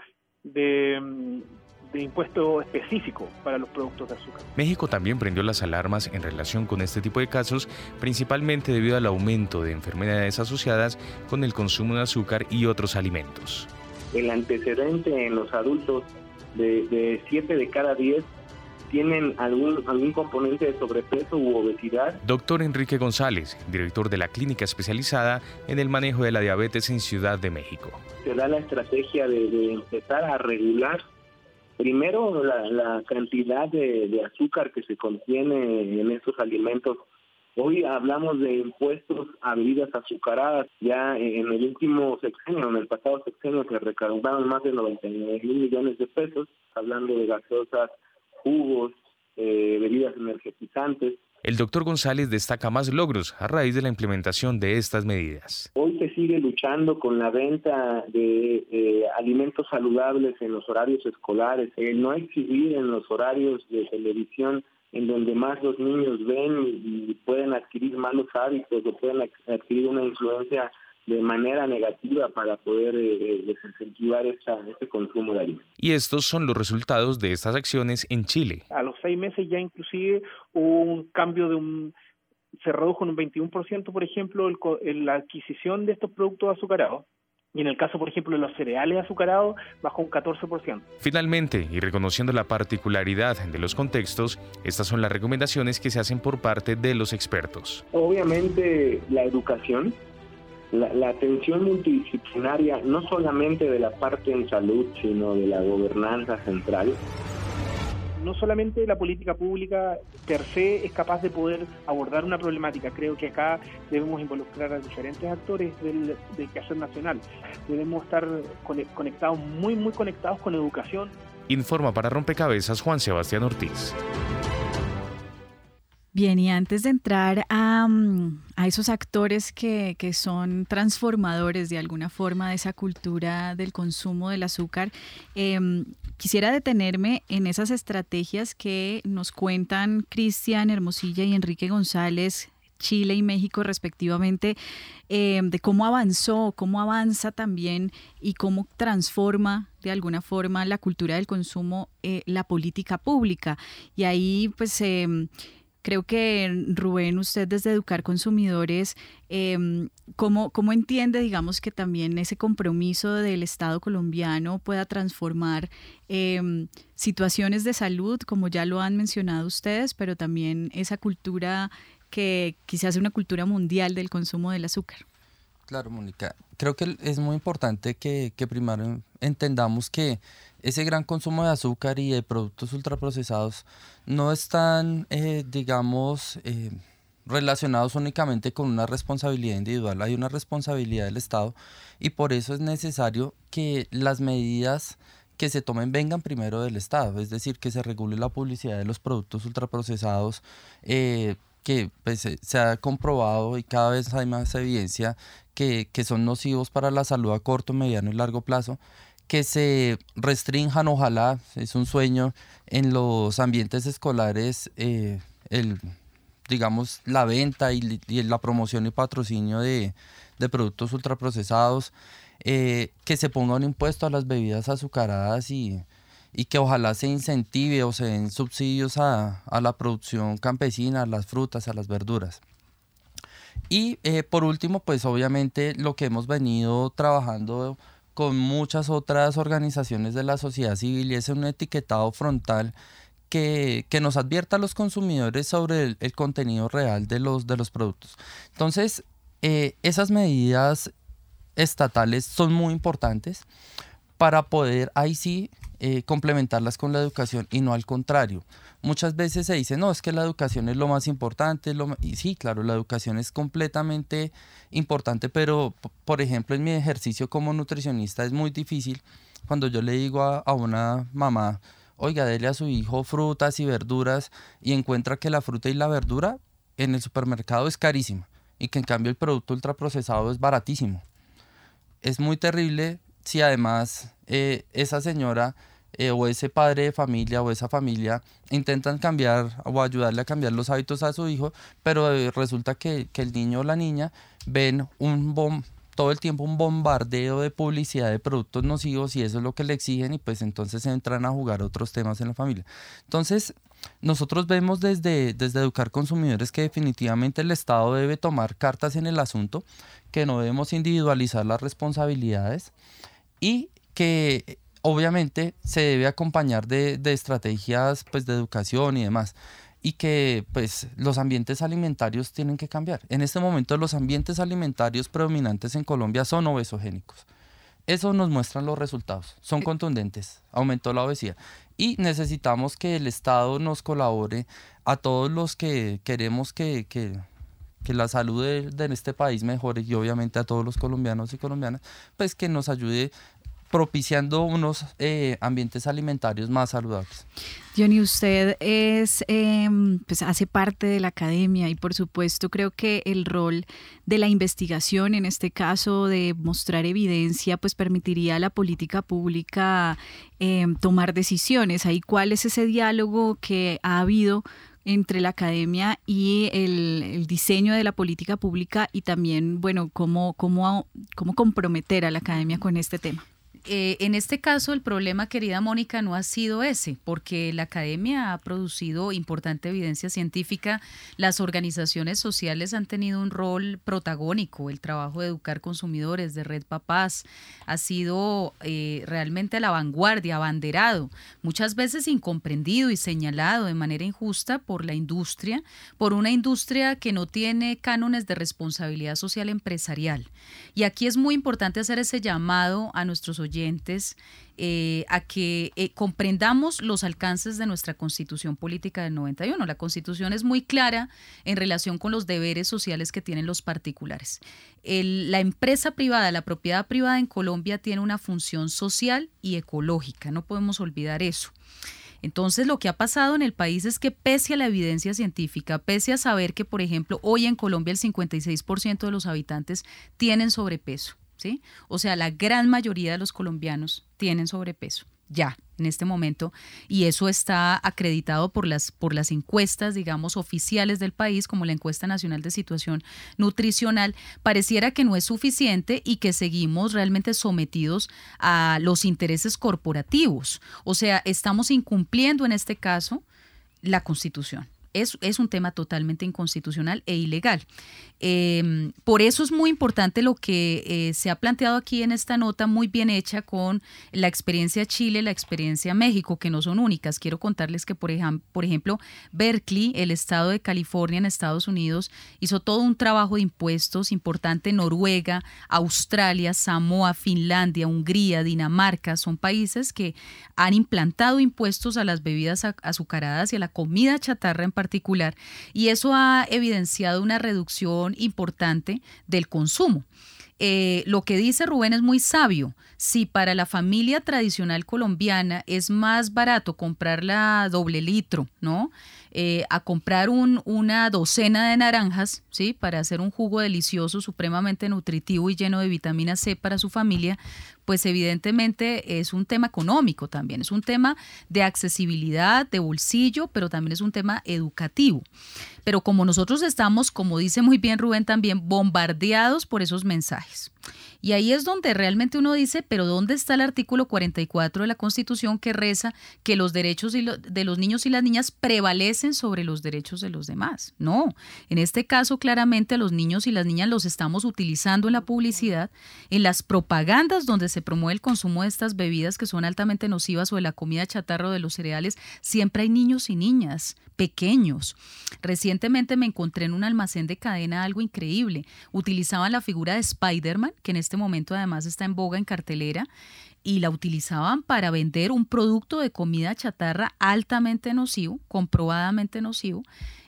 de impuesto específico para los productos de azúcar. México también prendió las alarmas en relación con este tipo de casos, principalmente debido al aumento de enfermedades asociadas con el consumo de azúcar y otros alimentos. El antecedente en los adultos de 7 de cada 10 tienen algún componente de sobrepeso u obesidad. Doctor Enrique González, director de la clínica especializada en el manejo de la diabetes en Ciudad de México. Se da la estrategia de empezar a regular primero la cantidad de azúcar que se contiene en estos alimentos. Hoy hablamos de impuestos a bebidas azucaradas. Ya en el último sexenio, en el pasado sexenio, se recaudaron más de 99,000 millones de pesos, hablando de gaseosas, jugos, bebidas energizantes. El doctor González destaca más logros a raíz de la implementación de estas medidas. Hoy se sigue luchando con la venta de alimentos saludables en los horarios escolares, no exhibir en los horarios de televisión en donde más los niños ven y pueden adquirir malos hábitos o pueden adquirir una influencia de manera negativa para poder desincentivar este consumo de alimentos. Y estos son los resultados de estas acciones en Chile. A los 6 meses ya inclusive hubo un cambio se redujo en un 21%, por ejemplo, la adquisición de estos productos azucarados. Y en el caso, por ejemplo, de los cereales azucarados, bajó un 14%. Finalmente, y reconociendo la particularidad de los contextos, estas son las recomendaciones que se hacen por parte de los expertos. Obviamente, la educación, la atención multidisciplinaria, no solamente de la parte en salud, sino de la gobernanza central. No solamente la política pública per se es capaz de poder abordar una problemática, creo que acá debemos involucrar a diferentes actores del quehacer nacional. Debemos estar conectados, muy conectados con educación. Informa para Rompecabezas Juan Sebastián Ortiz. Bien, y antes de entrar a esos actores que son transformadores de alguna forma de esa cultura del consumo del azúcar, quisiera detenerme en esas estrategias que nos cuentan Cristian Hermosilla y Enrique González, Chile y México respectivamente, de cómo avanza también y cómo transforma de alguna forma la cultura del consumo la política pública. Y ahí pues creo que, Rubén, usted desde Educar Consumidores, ¿cómo entiende, digamos, que también ese compromiso del Estado colombiano pueda transformar situaciones de salud, como ya lo han mencionado ustedes, pero también esa cultura que quizás es una cultura mundial del consumo del azúcar? Claro, Mónica. Creo que es muy importante que primero entendamos que ese gran consumo de azúcar y de productos ultraprocesados no están, relacionados únicamente con una responsabilidad individual. Hay una responsabilidad del Estado y por eso es necesario que las medidas que se tomen vengan primero del Estado, es decir, que se regule la publicidad de los productos ultraprocesados, que pues, se ha comprobado y cada vez hay más evidencia que son nocivos para la salud a corto, mediano y largo plazo, que se restrinjan, ojalá, es un sueño, en los ambientes escolares, la venta y la promoción y patrocinio de productos ultraprocesados, que se ponga un impuesto a las bebidas azucaradas y que ojalá se incentive o se den subsidios a la producción campesina, a las frutas, a las verduras. Y por último, pues obviamente lo que hemos venido trabajando con muchas otras organizaciones de la sociedad civil y es un etiquetado frontal que nos advierta a los consumidores sobre el contenido real de los productos. Entonces, esas medidas estatales son muy importantes para poder ahí sí complementarlas con la educación y no al contrario. Muchas veces se dice, no, es que la educación es lo más importante, y sí, claro, la educación es completamente importante, pero por ejemplo en mi ejercicio como nutricionista es muy difícil cuando yo le digo a una mamá, oiga, dele a su hijo frutas y verduras y encuentra que la fruta y la verdura en el supermercado es carísima y que en cambio el producto ultraprocesado es baratísimo. Es muy terrible si además esa señora o ese padre de familia o esa familia intentan cambiar o ayudarle a cambiar los hábitos a su hijo, pero resulta que el niño o la niña ven todo el tiempo un bombardeo de publicidad de productos nocivos y eso es lo que le exigen y pues entonces entran a jugar otros temas en la familia. Entonces, nosotros vemos desde Educar Consumidores que definitivamente el Estado debe tomar cartas en el asunto, que no debemos individualizar las responsabilidades y que obviamente se debe acompañar de estrategias pues, de educación y demás. Y que pues los ambientes alimentarios tienen que cambiar. En este momento los ambientes alimentarios predominantes en Colombia son obesogénicos. Eso nos muestran los resultados, son contundentes, aumentó la obesidad. Y necesitamos que el Estado nos colabore a todos los que queremos que la salud de este país mejore y obviamente a todos los colombianos y colombianas, pues que nos ayude propiciando unos ambientes alimentarios más saludables. Johnny, usted pues hace parte de la academia y por supuesto creo que el rol de la investigación, en este caso de mostrar evidencia, pues permitiría a la política pública tomar decisiones. Ahí, ¿cuál es ese diálogo que ha habido entre la academia y el diseño de la política pública y también, bueno, cómo comprometer a la academia con este tema? en este caso el problema, querida Mónica, no ha sido ese, porque la academia ha producido importante evidencia científica, las organizaciones sociales han tenido un rol protagónico, el trabajo de educar consumidores de Red Papás ha sido realmente a la vanguardia, abanderado, muchas veces incomprendido y señalado de manera injusta por la industria, por una industria que no tiene cánones de responsabilidad social empresarial. Y aquí es muy importante hacer ese llamado a nuestros oyentes a que comprendamos los alcances de nuestra Constitución Política del 91. La Constitución es muy clara en relación con los deberes sociales que tienen los particulares. La empresa privada, la propiedad privada en Colombia tiene una función social y ecológica, no podemos olvidar eso. Entonces, lo que ha pasado en el país es que pese a la evidencia científica, pese a saber que, por ejemplo, hoy en Colombia el 56% de los habitantes tienen sobrepeso, ¿sí? O sea, la gran mayoría de los colombianos tienen sobrepeso, ya, en este momento, y eso está acreditado por las encuestas, digamos, oficiales del país, como la Encuesta Nacional de Situación Nutricional. Pareciera que no es suficiente y que seguimos realmente sometidos a los intereses corporativos. O sea, estamos incumpliendo en este caso la Constitución. Es un tema totalmente inconstitucional e ilegal. Por eso es muy importante lo que se ha planteado aquí en esta nota, muy bien hecha, con la experiencia Chile, la experiencia México, que no son únicas. Quiero contarles que, por ejemplo, Berkeley, el estado de California en Estados Unidos, hizo todo un trabajo de impuestos importante. Noruega, Australia, Samoa, Finlandia, Hungría, Dinamarca, son países que han implantado impuestos a las bebidas azucaradas y a la comida chatarra en particular, y eso ha evidenciado una reducción importante del consumo. Lo que dice Rubén es muy sabio. Si para la familia tradicional colombiana es más barato comprar la doble litro, ¿no? A comprar una docena de naranjas, ¿sí? Para hacer un jugo delicioso, supremamente nutritivo y lleno de vitamina C para su familia, pues evidentemente es un tema económico también, es un tema de accesibilidad, de bolsillo, pero también es un tema educativo. Pero como nosotros estamos, como dice muy bien Rubén también, bombardeados por esos mensajes. Y ahí es donde realmente uno dice, pero ¿dónde está el artículo 44 de la Constitución que reza que los derechos de los niños y las niñas prevalecen sobre los derechos de los demás? No, en este caso claramente a los niños y las niñas los estamos utilizando en la publicidad, en las propagandas donde se promueve el consumo de estas bebidas que son altamente nocivas o de la comida chatarra o de los cereales. Siempre hay niños y niñas pequeños. Recientemente me encontré en un almacén de cadena algo increíble. Utilizaban la figura de Spider-Man, que en este momento además está en boga en cartelera, y la utilizaban para vender un producto de comida chatarra altamente nocivo, comprobadamente nocivo.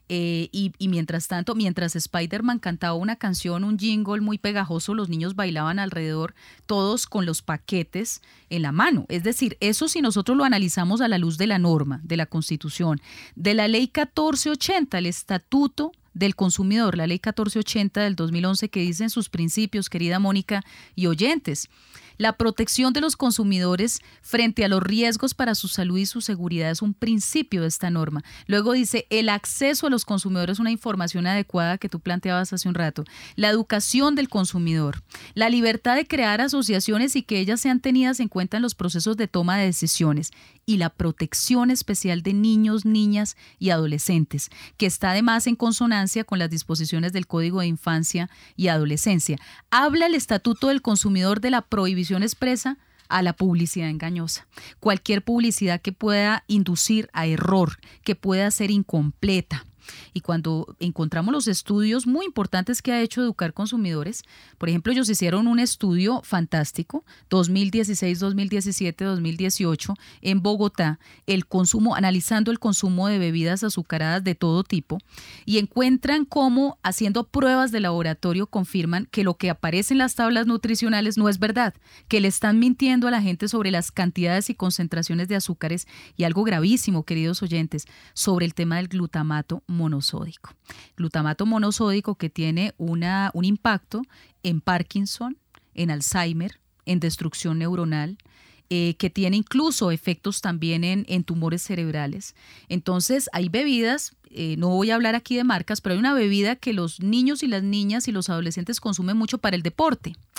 Y mientras tanto, mientras Spider-Man cantaba una canción, un jingle muy pegajoso, los niños bailaban alrededor, todos con los paquetes en la mano. Es decir, eso si nosotros lo analizamos a la luz de la norma, de la Constitución, de la Ley 1480, el Estatuto del Consumidor, la Ley 1480 del 2011, que dice en sus principios, querida Mónica y oyentes, la protección de los consumidores frente a los riesgos para su salud y su seguridad es un principio de esta norma. Luego dice el acceso a los consumidores, una información adecuada que tú planteabas hace un rato, la educación del consumidor, la libertad de crear asociaciones y que ellas sean tenidas en cuenta en los procesos de toma de decisiones, y la protección especial de niños, niñas y adolescentes, que está además en consonancia con las disposiciones del Código de Infancia y Adolescencia. Habla el Estatuto del Consumidor de la prohibición expresa a la publicidad engañosa. Cualquier publicidad que pueda inducir a error, que pueda ser incompleta. Y cuando encontramos los estudios muy importantes que ha hecho Educar Consumidores, por ejemplo, ellos hicieron un estudio fantástico, 2016, 2017, 2018, en Bogotá, analizando el consumo de bebidas azucaradas de todo tipo, y encuentran cómo, haciendo pruebas de laboratorio, confirman que lo que aparece en las tablas nutricionales no es verdad, que le están mintiendo a la gente sobre las cantidades y concentraciones de azúcares, y algo gravísimo, queridos oyentes, sobre el tema del glutamato monosódico. Glutamato monosódico que tiene un impacto en Parkinson, en Alzheimer, en destrucción neuronal, que tiene incluso efectos también en tumores cerebrales. Entonces hay bebidas, no voy a hablar aquí de marcas, pero hay una bebida que los niños y las niñas y los adolescentes consumen mucho para el deporte.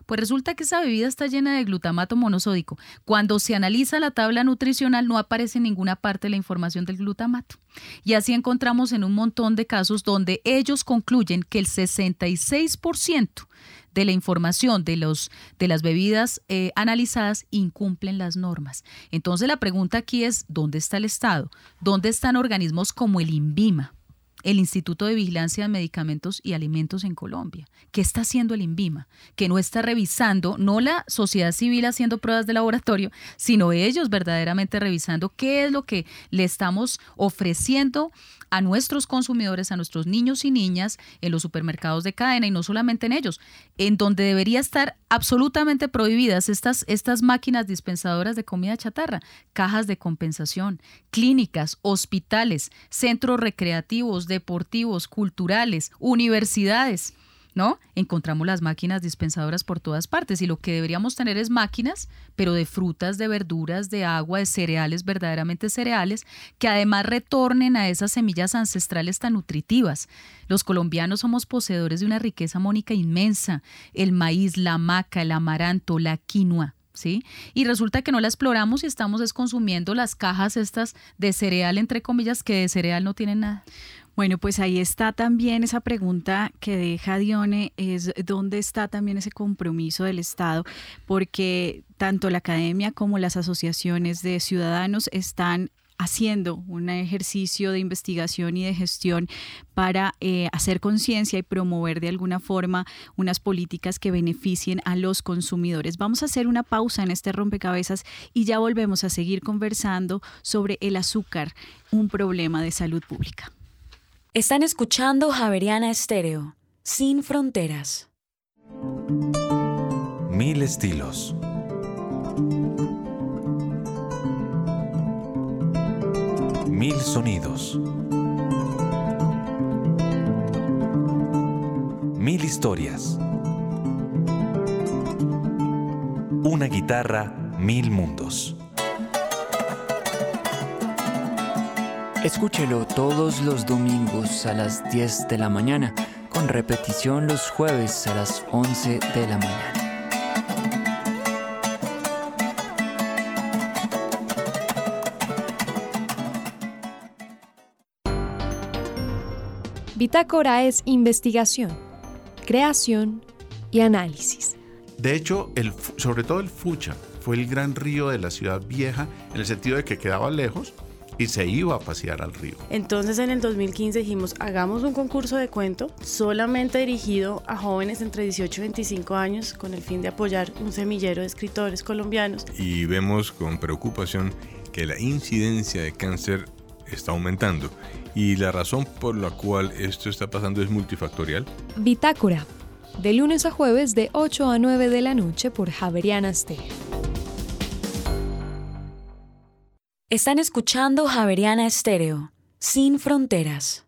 Pues resulta que esa bebida está llena de glutamato monosódico. Cuando se analiza la tabla nutricional no aparece en ninguna parte la información del glutamato. Y así encontramos en un montón de casos donde ellos concluyen que el 66% de la información de las bebidas analizadas incumplen las normas. Entonces la pregunta aquí es, ¿dónde está el Estado? ¿Dónde están organismos como el INVIMA, el Instituto de Vigilancia de Medicamentos y Alimentos en Colombia? ¿Qué está haciendo el INVIMA? Que no está revisando, no la sociedad civil haciendo pruebas de laboratorio, sino ellos verdaderamente revisando qué es lo que le estamos ofreciendo a nuestros consumidores, a nuestros niños y niñas en los supermercados de cadena, y no solamente en ellos, en donde debería estar absolutamente prohibidas estas máquinas dispensadoras de comida chatarra, cajas de compensación, clínicas, hospitales, centros recreativos, deportivos, culturales, universidades, ¿no? Encontramos las máquinas dispensadoras por todas partes, y lo que deberíamos tener es máquinas, pero de frutas, de verduras, de agua, de cereales, verdaderamente cereales, que además retornen a esas semillas ancestrales tan nutritivas. Los colombianos somos poseedores de una riqueza, Mónica, inmensa: el maíz, la maca, el amaranto, la quinoa, ¿sí? Y resulta que no la exploramos y estamos consumiendo las cajas estas de cereal, entre comillas, que de cereal no tienen nada. Bueno, pues ahí está también esa pregunta que deja Dione, es dónde está también ese compromiso del Estado, porque tanto la academia como las asociaciones de ciudadanos están haciendo un ejercicio de investigación y de gestión para hacer conciencia y promover de alguna forma unas políticas que beneficien a los consumidores. Vamos a hacer una pausa en este rompecabezas y ya volvemos a seguir conversando sobre el azúcar, un problema de salud pública. Están escuchando Javeriana Estéreo, sin fronteras. 1000 estilos. Mil sonidos. 1000 historias. Una guitarra, 1000 mundos. Escúchelo todos los domingos a las 10 de la mañana, con repetición los jueves a las 11 de la mañana. Bitácora es investigación, creación y análisis. De hecho, sobre todo el Fucha fue el gran río de la ciudad vieja, en el sentido de que quedaba lejos y se iba a pasear al río. Entonces en el 2015 dijimos, hagamos un concurso de cuento solamente dirigido a jóvenes entre 18 y 25 años, con el fin de apoyar un semillero de escritores colombianos. Y vemos con preocupación que la incidencia de cáncer está aumentando, y la razón por la cual esto está pasando es multifactorial. Bitácora, de lunes a jueves de 8 a 9 de la noche por Javeriana Estéreo. Están escuchando Javeriana Estéreo, sin fronteras.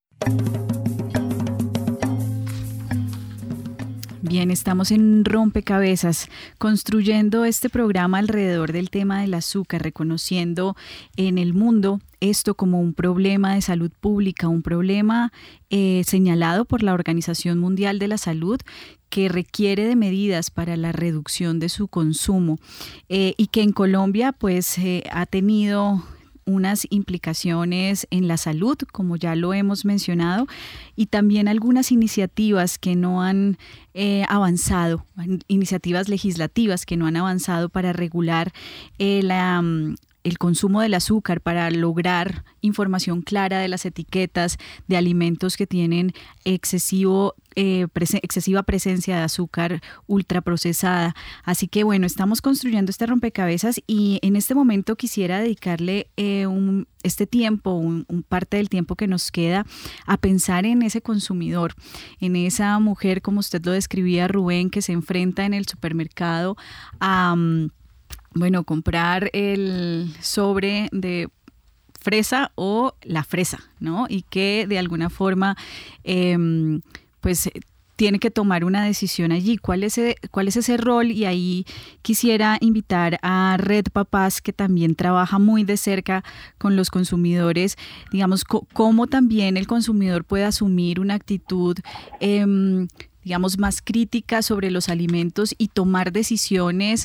Bien, estamos en Rompecabezas, construyendo este programa alrededor del tema del azúcar, reconociendo en el mundo esto como un problema de salud pública, un problema señalado por la Organización Mundial de la Salud, que requiere de medidas para la reducción de su consumo y que en Colombia pues ha tenido unas implicaciones en la salud, como ya lo hemos mencionado, y también algunas iniciativas que no han avanzado, iniciativas legislativas que no han avanzado para regular el consumo del azúcar, para lograr información clara de las etiquetas de alimentos que tienen excesiva presencia de azúcar ultraprocesada. Así que bueno, estamos construyendo este rompecabezas y en este momento quisiera dedicarle este tiempo, parte del tiempo que nos queda, a pensar en ese consumidor, en esa mujer, como usted lo describía, Rubén, que se enfrenta en el supermercado a comprar el sobre de fresa o la fresa, ¿no? Y que de alguna forma pues tiene que tomar una decisión allí. ¿Cuál es ese rol? Y ahí quisiera invitar a Red Papás, que también trabaja muy de cerca con los consumidores, digamos, cómo también el consumidor puede asumir una actitud digamos, más crítica sobre los alimentos y tomar decisiones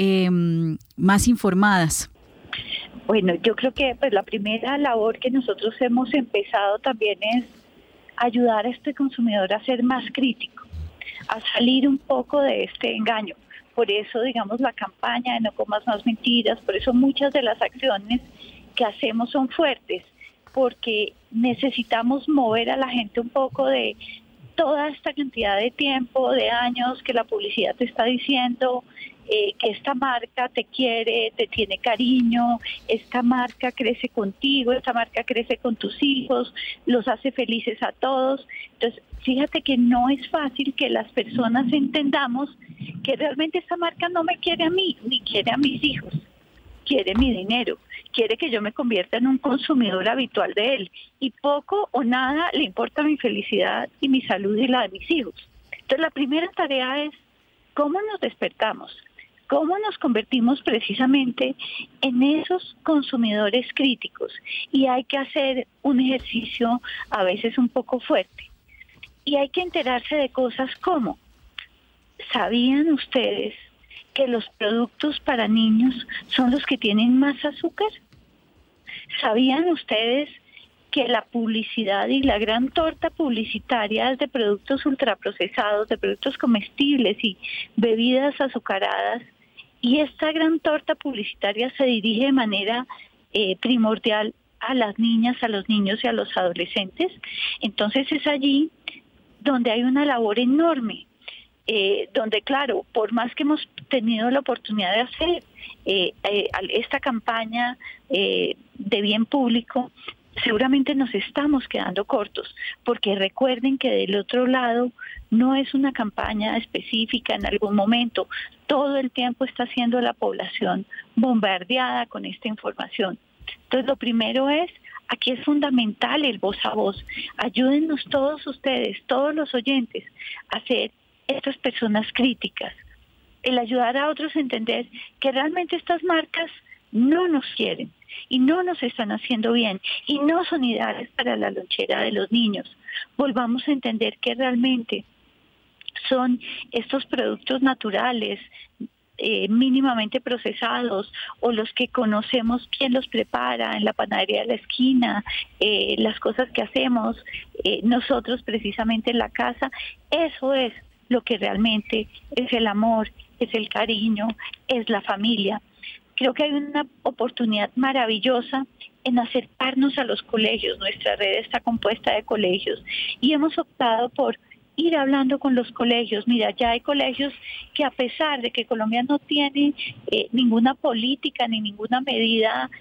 más informadas? Bueno, yo creo que pues la primera labor que nosotros hemos empezado también es ayudar a este consumidor a ser más crítico, a salir un poco de este engaño. Por eso, digamos, la campaña de No comas más mentiras, por eso muchas de las acciones que hacemos son fuertes, porque necesitamos mover a la gente un poco de toda esta cantidad de tiempo, de años que la publicidad te está diciendo que esta marca te quiere, te tiene cariño, esta marca crece contigo, esta marca crece con tus hijos, los hace felices a todos. Entonces, fíjate que no es fácil que las personas entendamos que realmente esta marca no me quiere a mí, ni quiere a mis hijos, quiere mi dinero, quiere que yo me convierta en un consumidor habitual de él y poco o nada le importa mi felicidad y mi salud y la de mis hijos. Entonces, la primera tarea es cómo nos despertamos, cómo nos convertimos precisamente en esos consumidores críticos. Y hay que hacer un ejercicio a veces un poco fuerte. Y hay que enterarse de cosas como, ¿sabían ustedes que los productos para niños son los que tienen más azúcar? ¿Sabían ustedes que la publicidad y la gran torta publicitaria de productos ultraprocesados, de productos comestibles y bebidas azucaradas, y esta gran torta publicitaria se dirige de manera primordial a las niñas, a los niños y a los adolescentes? Entonces es allí donde hay una labor enorme, donde claro, por más que hemos tenido la oportunidad de hacer esta campaña de bien público, seguramente nos estamos quedando cortos, porque recuerden que del otro lado no es una campaña específica en algún momento, todo el tiempo está siendo la población bombardeada con esta información. Entonces lo primero es, aquí es fundamental el voz a voz, ayúdennos todos ustedes, todos los oyentes, a ser estas personas críticas, el ayudar a otros a entender que realmente estas marcas no nos quieren y no nos están haciendo bien y no son ideales para la lonchera de los niños. Volvamos a entender que realmente son estos productos naturales, mínimamente procesados, o los que conocemos quién los prepara en la panadería de la esquina, las cosas que hacemos nosotros precisamente en la casa. Eso es lo que realmente es el amor, es el cariño, es la familia. Creo que hay una oportunidad maravillosa en acercarnos a los colegios. Nuestra red está compuesta de colegios y hemos optado por ir hablando con los colegios. Mira, ya hay colegios que, a pesar de que Colombia no tiene ninguna política ni ninguna medida,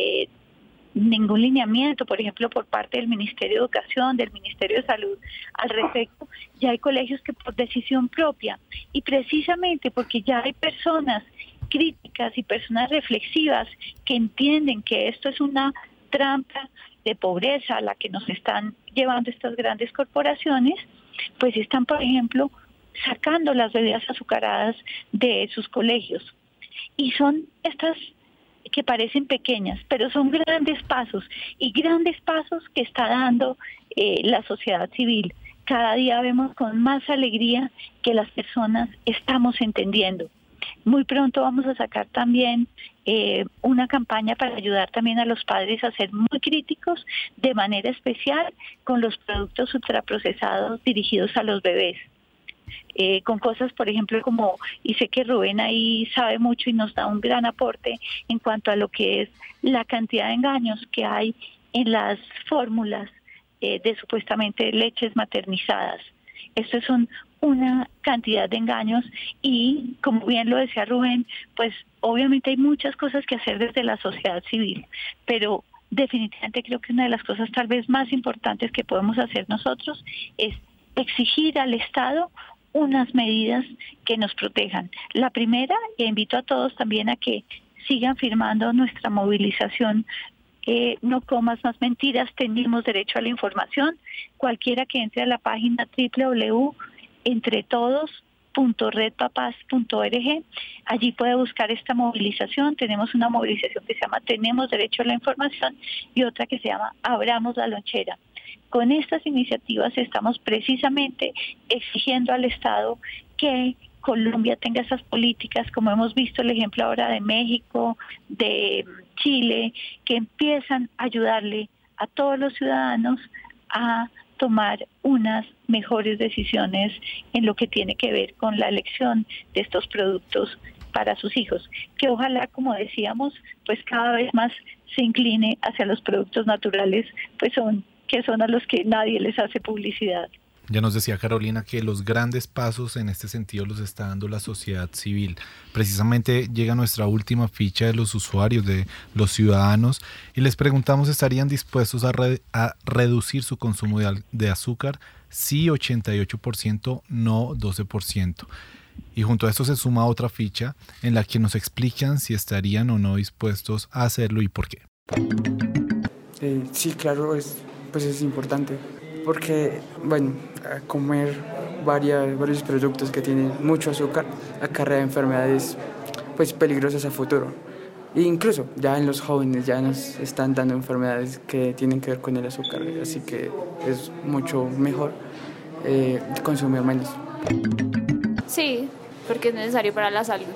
ningún lineamiento, por ejemplo, por parte del Ministerio de Educación, del Ministerio de Salud al respecto, ya hay colegios que por decisión propia, y precisamente porque ya hay personas críticas y personas reflexivas que entienden que esto es una trampa de pobreza a la que nos están llevando estas grandes corporaciones, pues están, por ejemplo, sacando las bebidas azucaradas de sus colegios. Y son estas que parecen pequeñas, pero son grandes pasos, y grandes pasos que está dando la sociedad civil. Cada día vemos con más alegría que las personas estamos entendiendo. Muy pronto vamos a sacar también una campaña para ayudar también a los padres a ser muy críticos, de manera especial con los productos ultraprocesados dirigidos a los bebés. Con cosas, por ejemplo, como, y sé que Rubén ahí sabe mucho y nos da un gran aporte en cuanto a lo que es la cantidad de engaños que hay en las fórmulas de supuestamente leches maternizadas. Estos son una cantidad de engaños y, como bien lo decía Rubén, pues obviamente hay muchas cosas que hacer desde la sociedad civil, pero definitivamente creo que una de las cosas tal vez más importantes que podemos hacer nosotros es exigir al Estado unas medidas que nos protejan. La primera, e invito a todos también a que sigan firmando nuestra movilización, No comas más mentiras, tenemos derecho a la información. Cualquiera que entre a la página www.entretodos.redpapás.org, allí puede buscar esta movilización. Tenemos una movilización que se llama Tenemos derecho a la información y otra que se llama Abramos la lonchera. con estas iniciativas estamos precisamente exigiendo al Estado que Colombia tenga esas políticas, como hemos visto el ejemplo ahora de México, de Chile, que empiezan a ayudarle a todos los ciudadanos a tomar unas mejores decisiones en lo que tiene que ver con la elección de estos productos para sus hijos, que ojalá, como decíamos, pues cada vez más se incline hacia los productos naturales, pues son a los que nadie les hace publicidad. Ya nos decía Carolina que los grandes pasos en este sentido los está dando la sociedad civil. Precisamente llega nuestra última ficha de los usuarios, de los ciudadanos, y les preguntamos, ¿estarían dispuestos a reducir su consumo de azúcar? Sí, 88%, no 12%. Y junto a esto se suma otra ficha en la que nos explican si estarían o no dispuestos a hacerlo y por qué. Sí, claro, es importante. Porque, comer varios productos que tienen mucho azúcar acarrea enfermedades peligrosas a futuro. E incluso ya en los jóvenes ya nos están dando enfermedades que tienen que ver con el azúcar, así que es mucho mejor consumir menos. Sí, porque es necesario para la salud.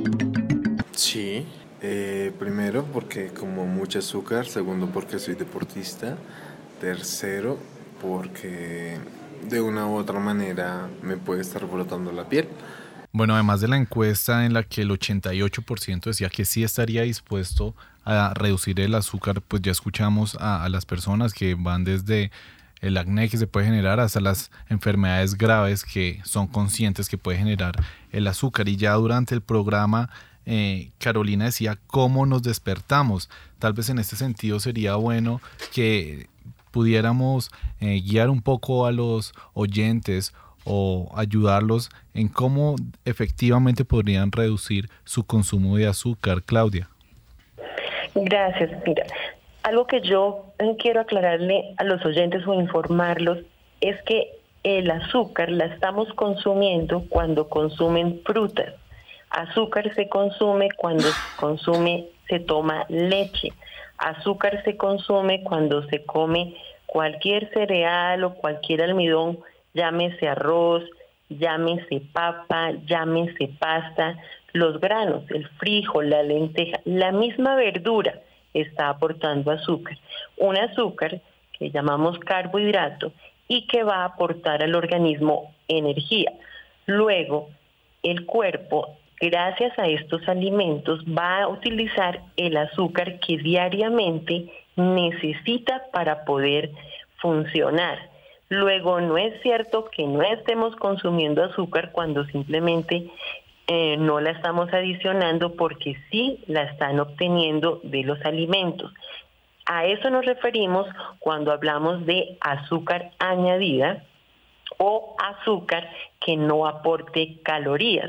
Sí, primero porque como mucho azúcar, segundo porque soy deportista, tercero porque de una u otra manera me puede estar brotando la piel. Bueno, además de la encuesta en la que el 88% decía que sí estaría dispuesto a reducir el azúcar, pues ya escuchamos a las personas que van desde el acné que se puede generar hasta las enfermedades graves que son conscientes que puede generar el azúcar. Y ya durante el programa Carolina decía cómo nos despertamos. Tal vez en este sentido sería bueno que pudiéramos guiar un poco a los oyentes o ayudarlos en cómo efectivamente podrían reducir su consumo de azúcar. Claudia. Gracias. Mira, algo que yo quiero aclararle a los oyentes o informarlos es que el azúcar la estamos consumiendo cuando consumen frutas. Azúcar se consume cuando se toma leche. Azúcar se consume cuando se come cualquier cereal o cualquier almidón, llámese arroz, llámese papa, llámese pasta, los granos, el frijol, la lenteja, la misma verdura está aportando azúcar. Un azúcar que llamamos carbohidrato y que va a aportar al organismo energía. Luego, el cuerpo, gracias a estos alimentos, va a utilizar el azúcar que diariamente necesita para poder funcionar. Luego, no es cierto que no estemos consumiendo azúcar cuando simplemente no la estamos adicionando, porque sí la están obteniendo de los alimentos. A eso nos referimos cuando hablamos de azúcar añadida o azúcar que no aporte calorías.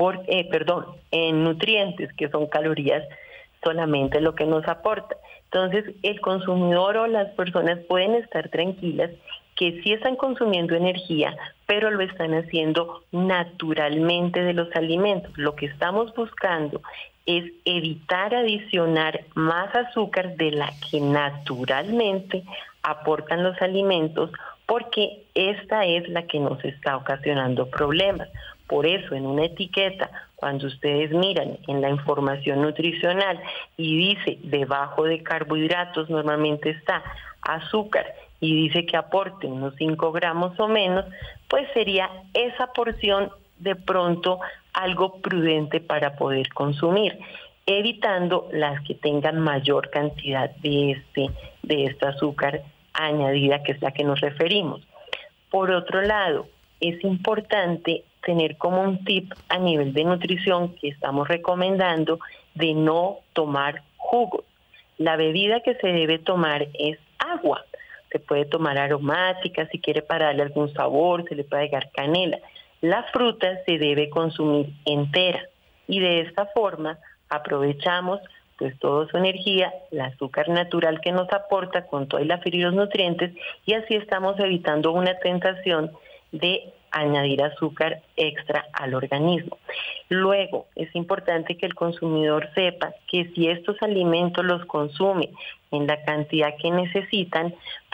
En nutrientes, que son calorías solamente lo que nos aporta. Entonces, el consumidor o las personas pueden estar tranquilas que sí están consumiendo energía, pero lo están haciendo naturalmente de los alimentos. Lo que estamos buscando es evitar adicionar más azúcar de la que naturalmente aportan los alimentos, porque esta es la que nos está ocasionando problemas. Por eso, en una etiqueta, cuando ustedes miran en la información nutricional y dice debajo de carbohidratos, normalmente está azúcar y dice que aporte unos 5 gramos o menos, pues sería esa porción de pronto algo prudente para poder consumir, evitando las que tengan mayor cantidad de esta azúcar añadida, que es la que nos referimos. Por otro lado, es importante tener como un tip a nivel de nutrición que estamos recomendando de no tomar jugos. La bebida que se debe tomar es agua. Se puede tomar aromática, si quiere para darle algún sabor, se le puede agregar canela. La fruta se debe consumir entera y de esta forma aprovechamos pues toda su energía, el azúcar natural que nos aporta con toda la fibra y los nutrientes, y así estamos evitando una tentación de añadir azúcar extra al organismo. Luego, es importante que el consumidor sepa que si estos alimentos los consume en la cantidad que necesitan, pues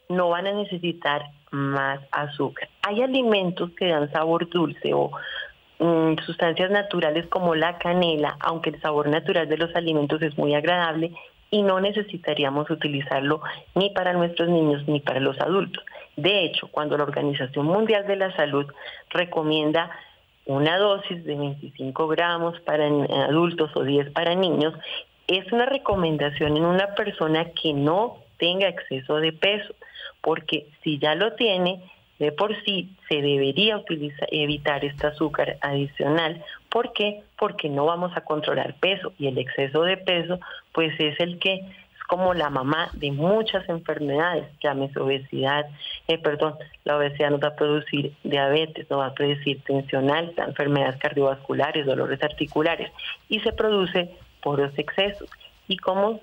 no van a necesitar más azúcar. Hay alimentos que dan sabor dulce o sustancias naturales como la canela, aunque el sabor natural de los alimentos es muy agradable y no necesitaríamos utilizarlo ni para nuestros niños ni para los adultos. De hecho, cuando la Organización Mundial de la Salud recomienda una dosis de 25 gramos para adultos o 10 para niños, es una recomendación en una persona que no tenga exceso de peso, porque si ya lo tiene, de por sí se debería evitar este azúcar adicional. ¿Por qué? Porque no vamos a controlar peso, y el exceso de peso pues es el que es como la mamá de muchas enfermedades, llámese obesidad, la obesidad nos va a producir diabetes, nos va a producir tensión alta, enfermedades cardiovasculares, dolores articulares, y se produce por los excesos. Y como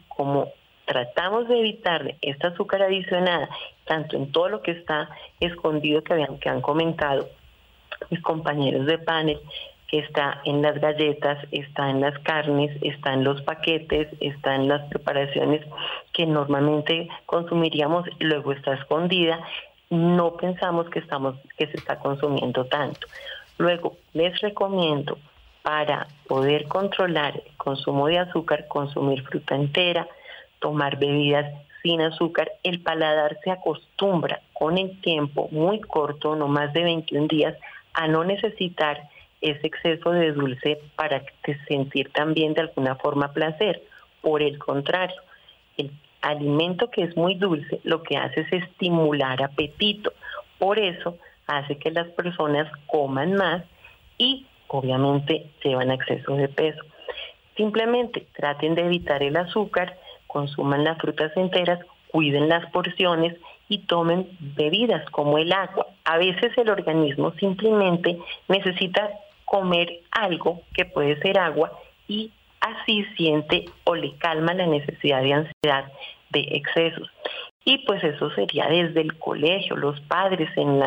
tratamos de evitar esta azúcar adicionada, tanto en todo lo que está escondido que han comentado mis compañeros de panel, que está en las galletas, está en las carnes, está en los paquetes, está en las preparaciones que normalmente consumiríamos, luego está escondida, no pensamos que se está consumiendo tanto. Luego les recomiendo, para poder controlar el consumo de azúcar, consumir fruta entera, tomar bebidas sin azúcar. El paladar se acostumbra con el tiempo muy corto, no más de 21 días, a no necesitar ese exceso de dulce para sentir también de alguna forma placer. Por el contrario, el alimento que es muy dulce lo que hace es estimular apetito. Por eso hace que las personas coman más y obviamente llevan exceso de peso. Simplemente traten de evitar el azúcar, consuman las frutas enteras, cuiden las porciones y tomen bebidas como el agua. A veces el organismo simplemente necesita comer algo que puede ser agua y así siente o le calma la necesidad de ansiedad de excesos. Y pues eso sería desde el colegio, los padres en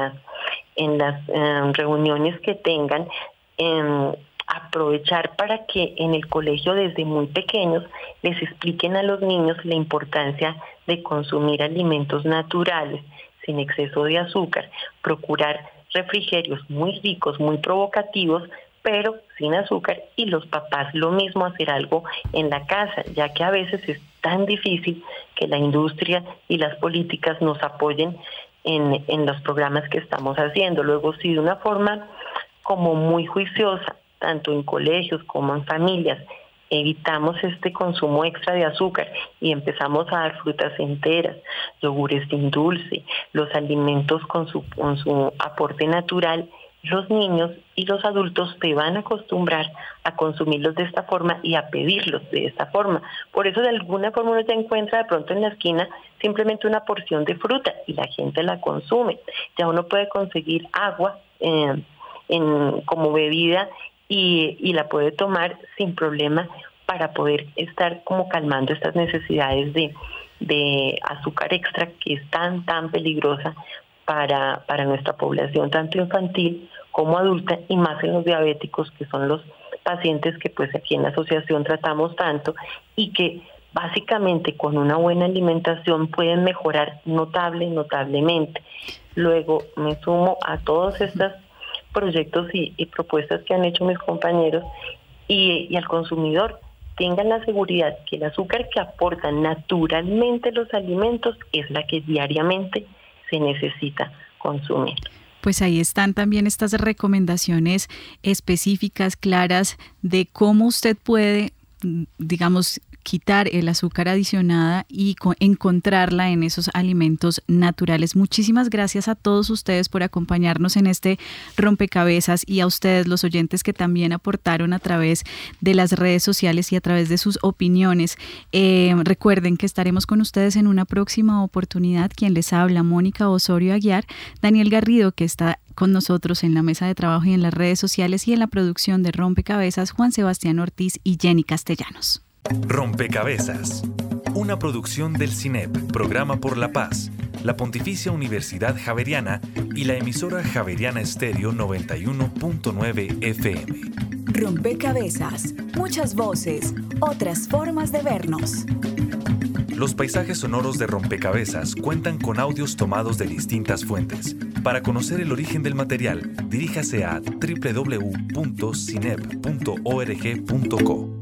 las reuniones que tengan, aprovechar para que en el colegio desde muy pequeños les expliquen a los niños la importancia de consumir alimentos naturales sin exceso de azúcar, procurar refrigerios muy ricos, muy provocativos, pero sin azúcar, y los papás lo mismo, hacer algo en la casa, ya que a veces es tan difícil que la industria y las políticas nos apoyen en los programas que estamos haciendo. Luego, sí, de una forma como muy juiciosa, tanto en colegios como en familias, evitamos este consumo extra de azúcar y empezamos a dar frutas enteras, yogures sin dulce, los alimentos con su aporte natural, los niños y los adultos se van a acostumbrar a consumirlos de esta forma y a pedirlos de esta forma. Por eso de alguna forma uno ya encuentra de pronto en la esquina simplemente una porción de fruta y la gente la consume. Ya uno puede conseguir agua como bebida y la puede tomar sin problema para poder estar como calmando estas necesidades de azúcar extra que es tan peligrosa para nuestra población, tanto infantil como adulta, y más en los diabéticos, que son los pacientes que pues aquí en la asociación tratamos tanto y que básicamente con una buena alimentación pueden mejorar notablemente. Luego me sumo a todos estos proyectos y propuestas que han hecho mis compañeros y al consumidor. Tengan la seguridad que el azúcar que aportan naturalmente los alimentos es la que diariamente se necesita consumir. Pues ahí están también estas recomendaciones específicas, claras, de cómo usted puede, digamos, quitar el azúcar adicionada y encontrarla en esos alimentos naturales. Muchísimas gracias a todos ustedes por acompañarnos en este rompecabezas, y a ustedes, los oyentes, que también aportaron a través de las redes sociales y a través de sus opiniones. Recuerden que estaremos con ustedes en una próxima oportunidad. Quien les habla, Mónica Osorio Aguiar, Daniel Garrido, que está con nosotros en la mesa de trabajo y en las redes sociales, y en la producción de Rompecabezas, Juan Sebastián Ortiz y Jenny Castellanos. Rompecabezas, una producción del CINEP, Programa por la Paz, la Pontificia Universidad Javeriana y la emisora Javeriana Estéreo 91.9 FM. Rompecabezas, muchas voces, otras formas de vernos. Los paisajes sonoros de Rompecabezas cuentan con audios tomados de distintas fuentes. Para conocer el origen del material, diríjase a www.cinep.org.co.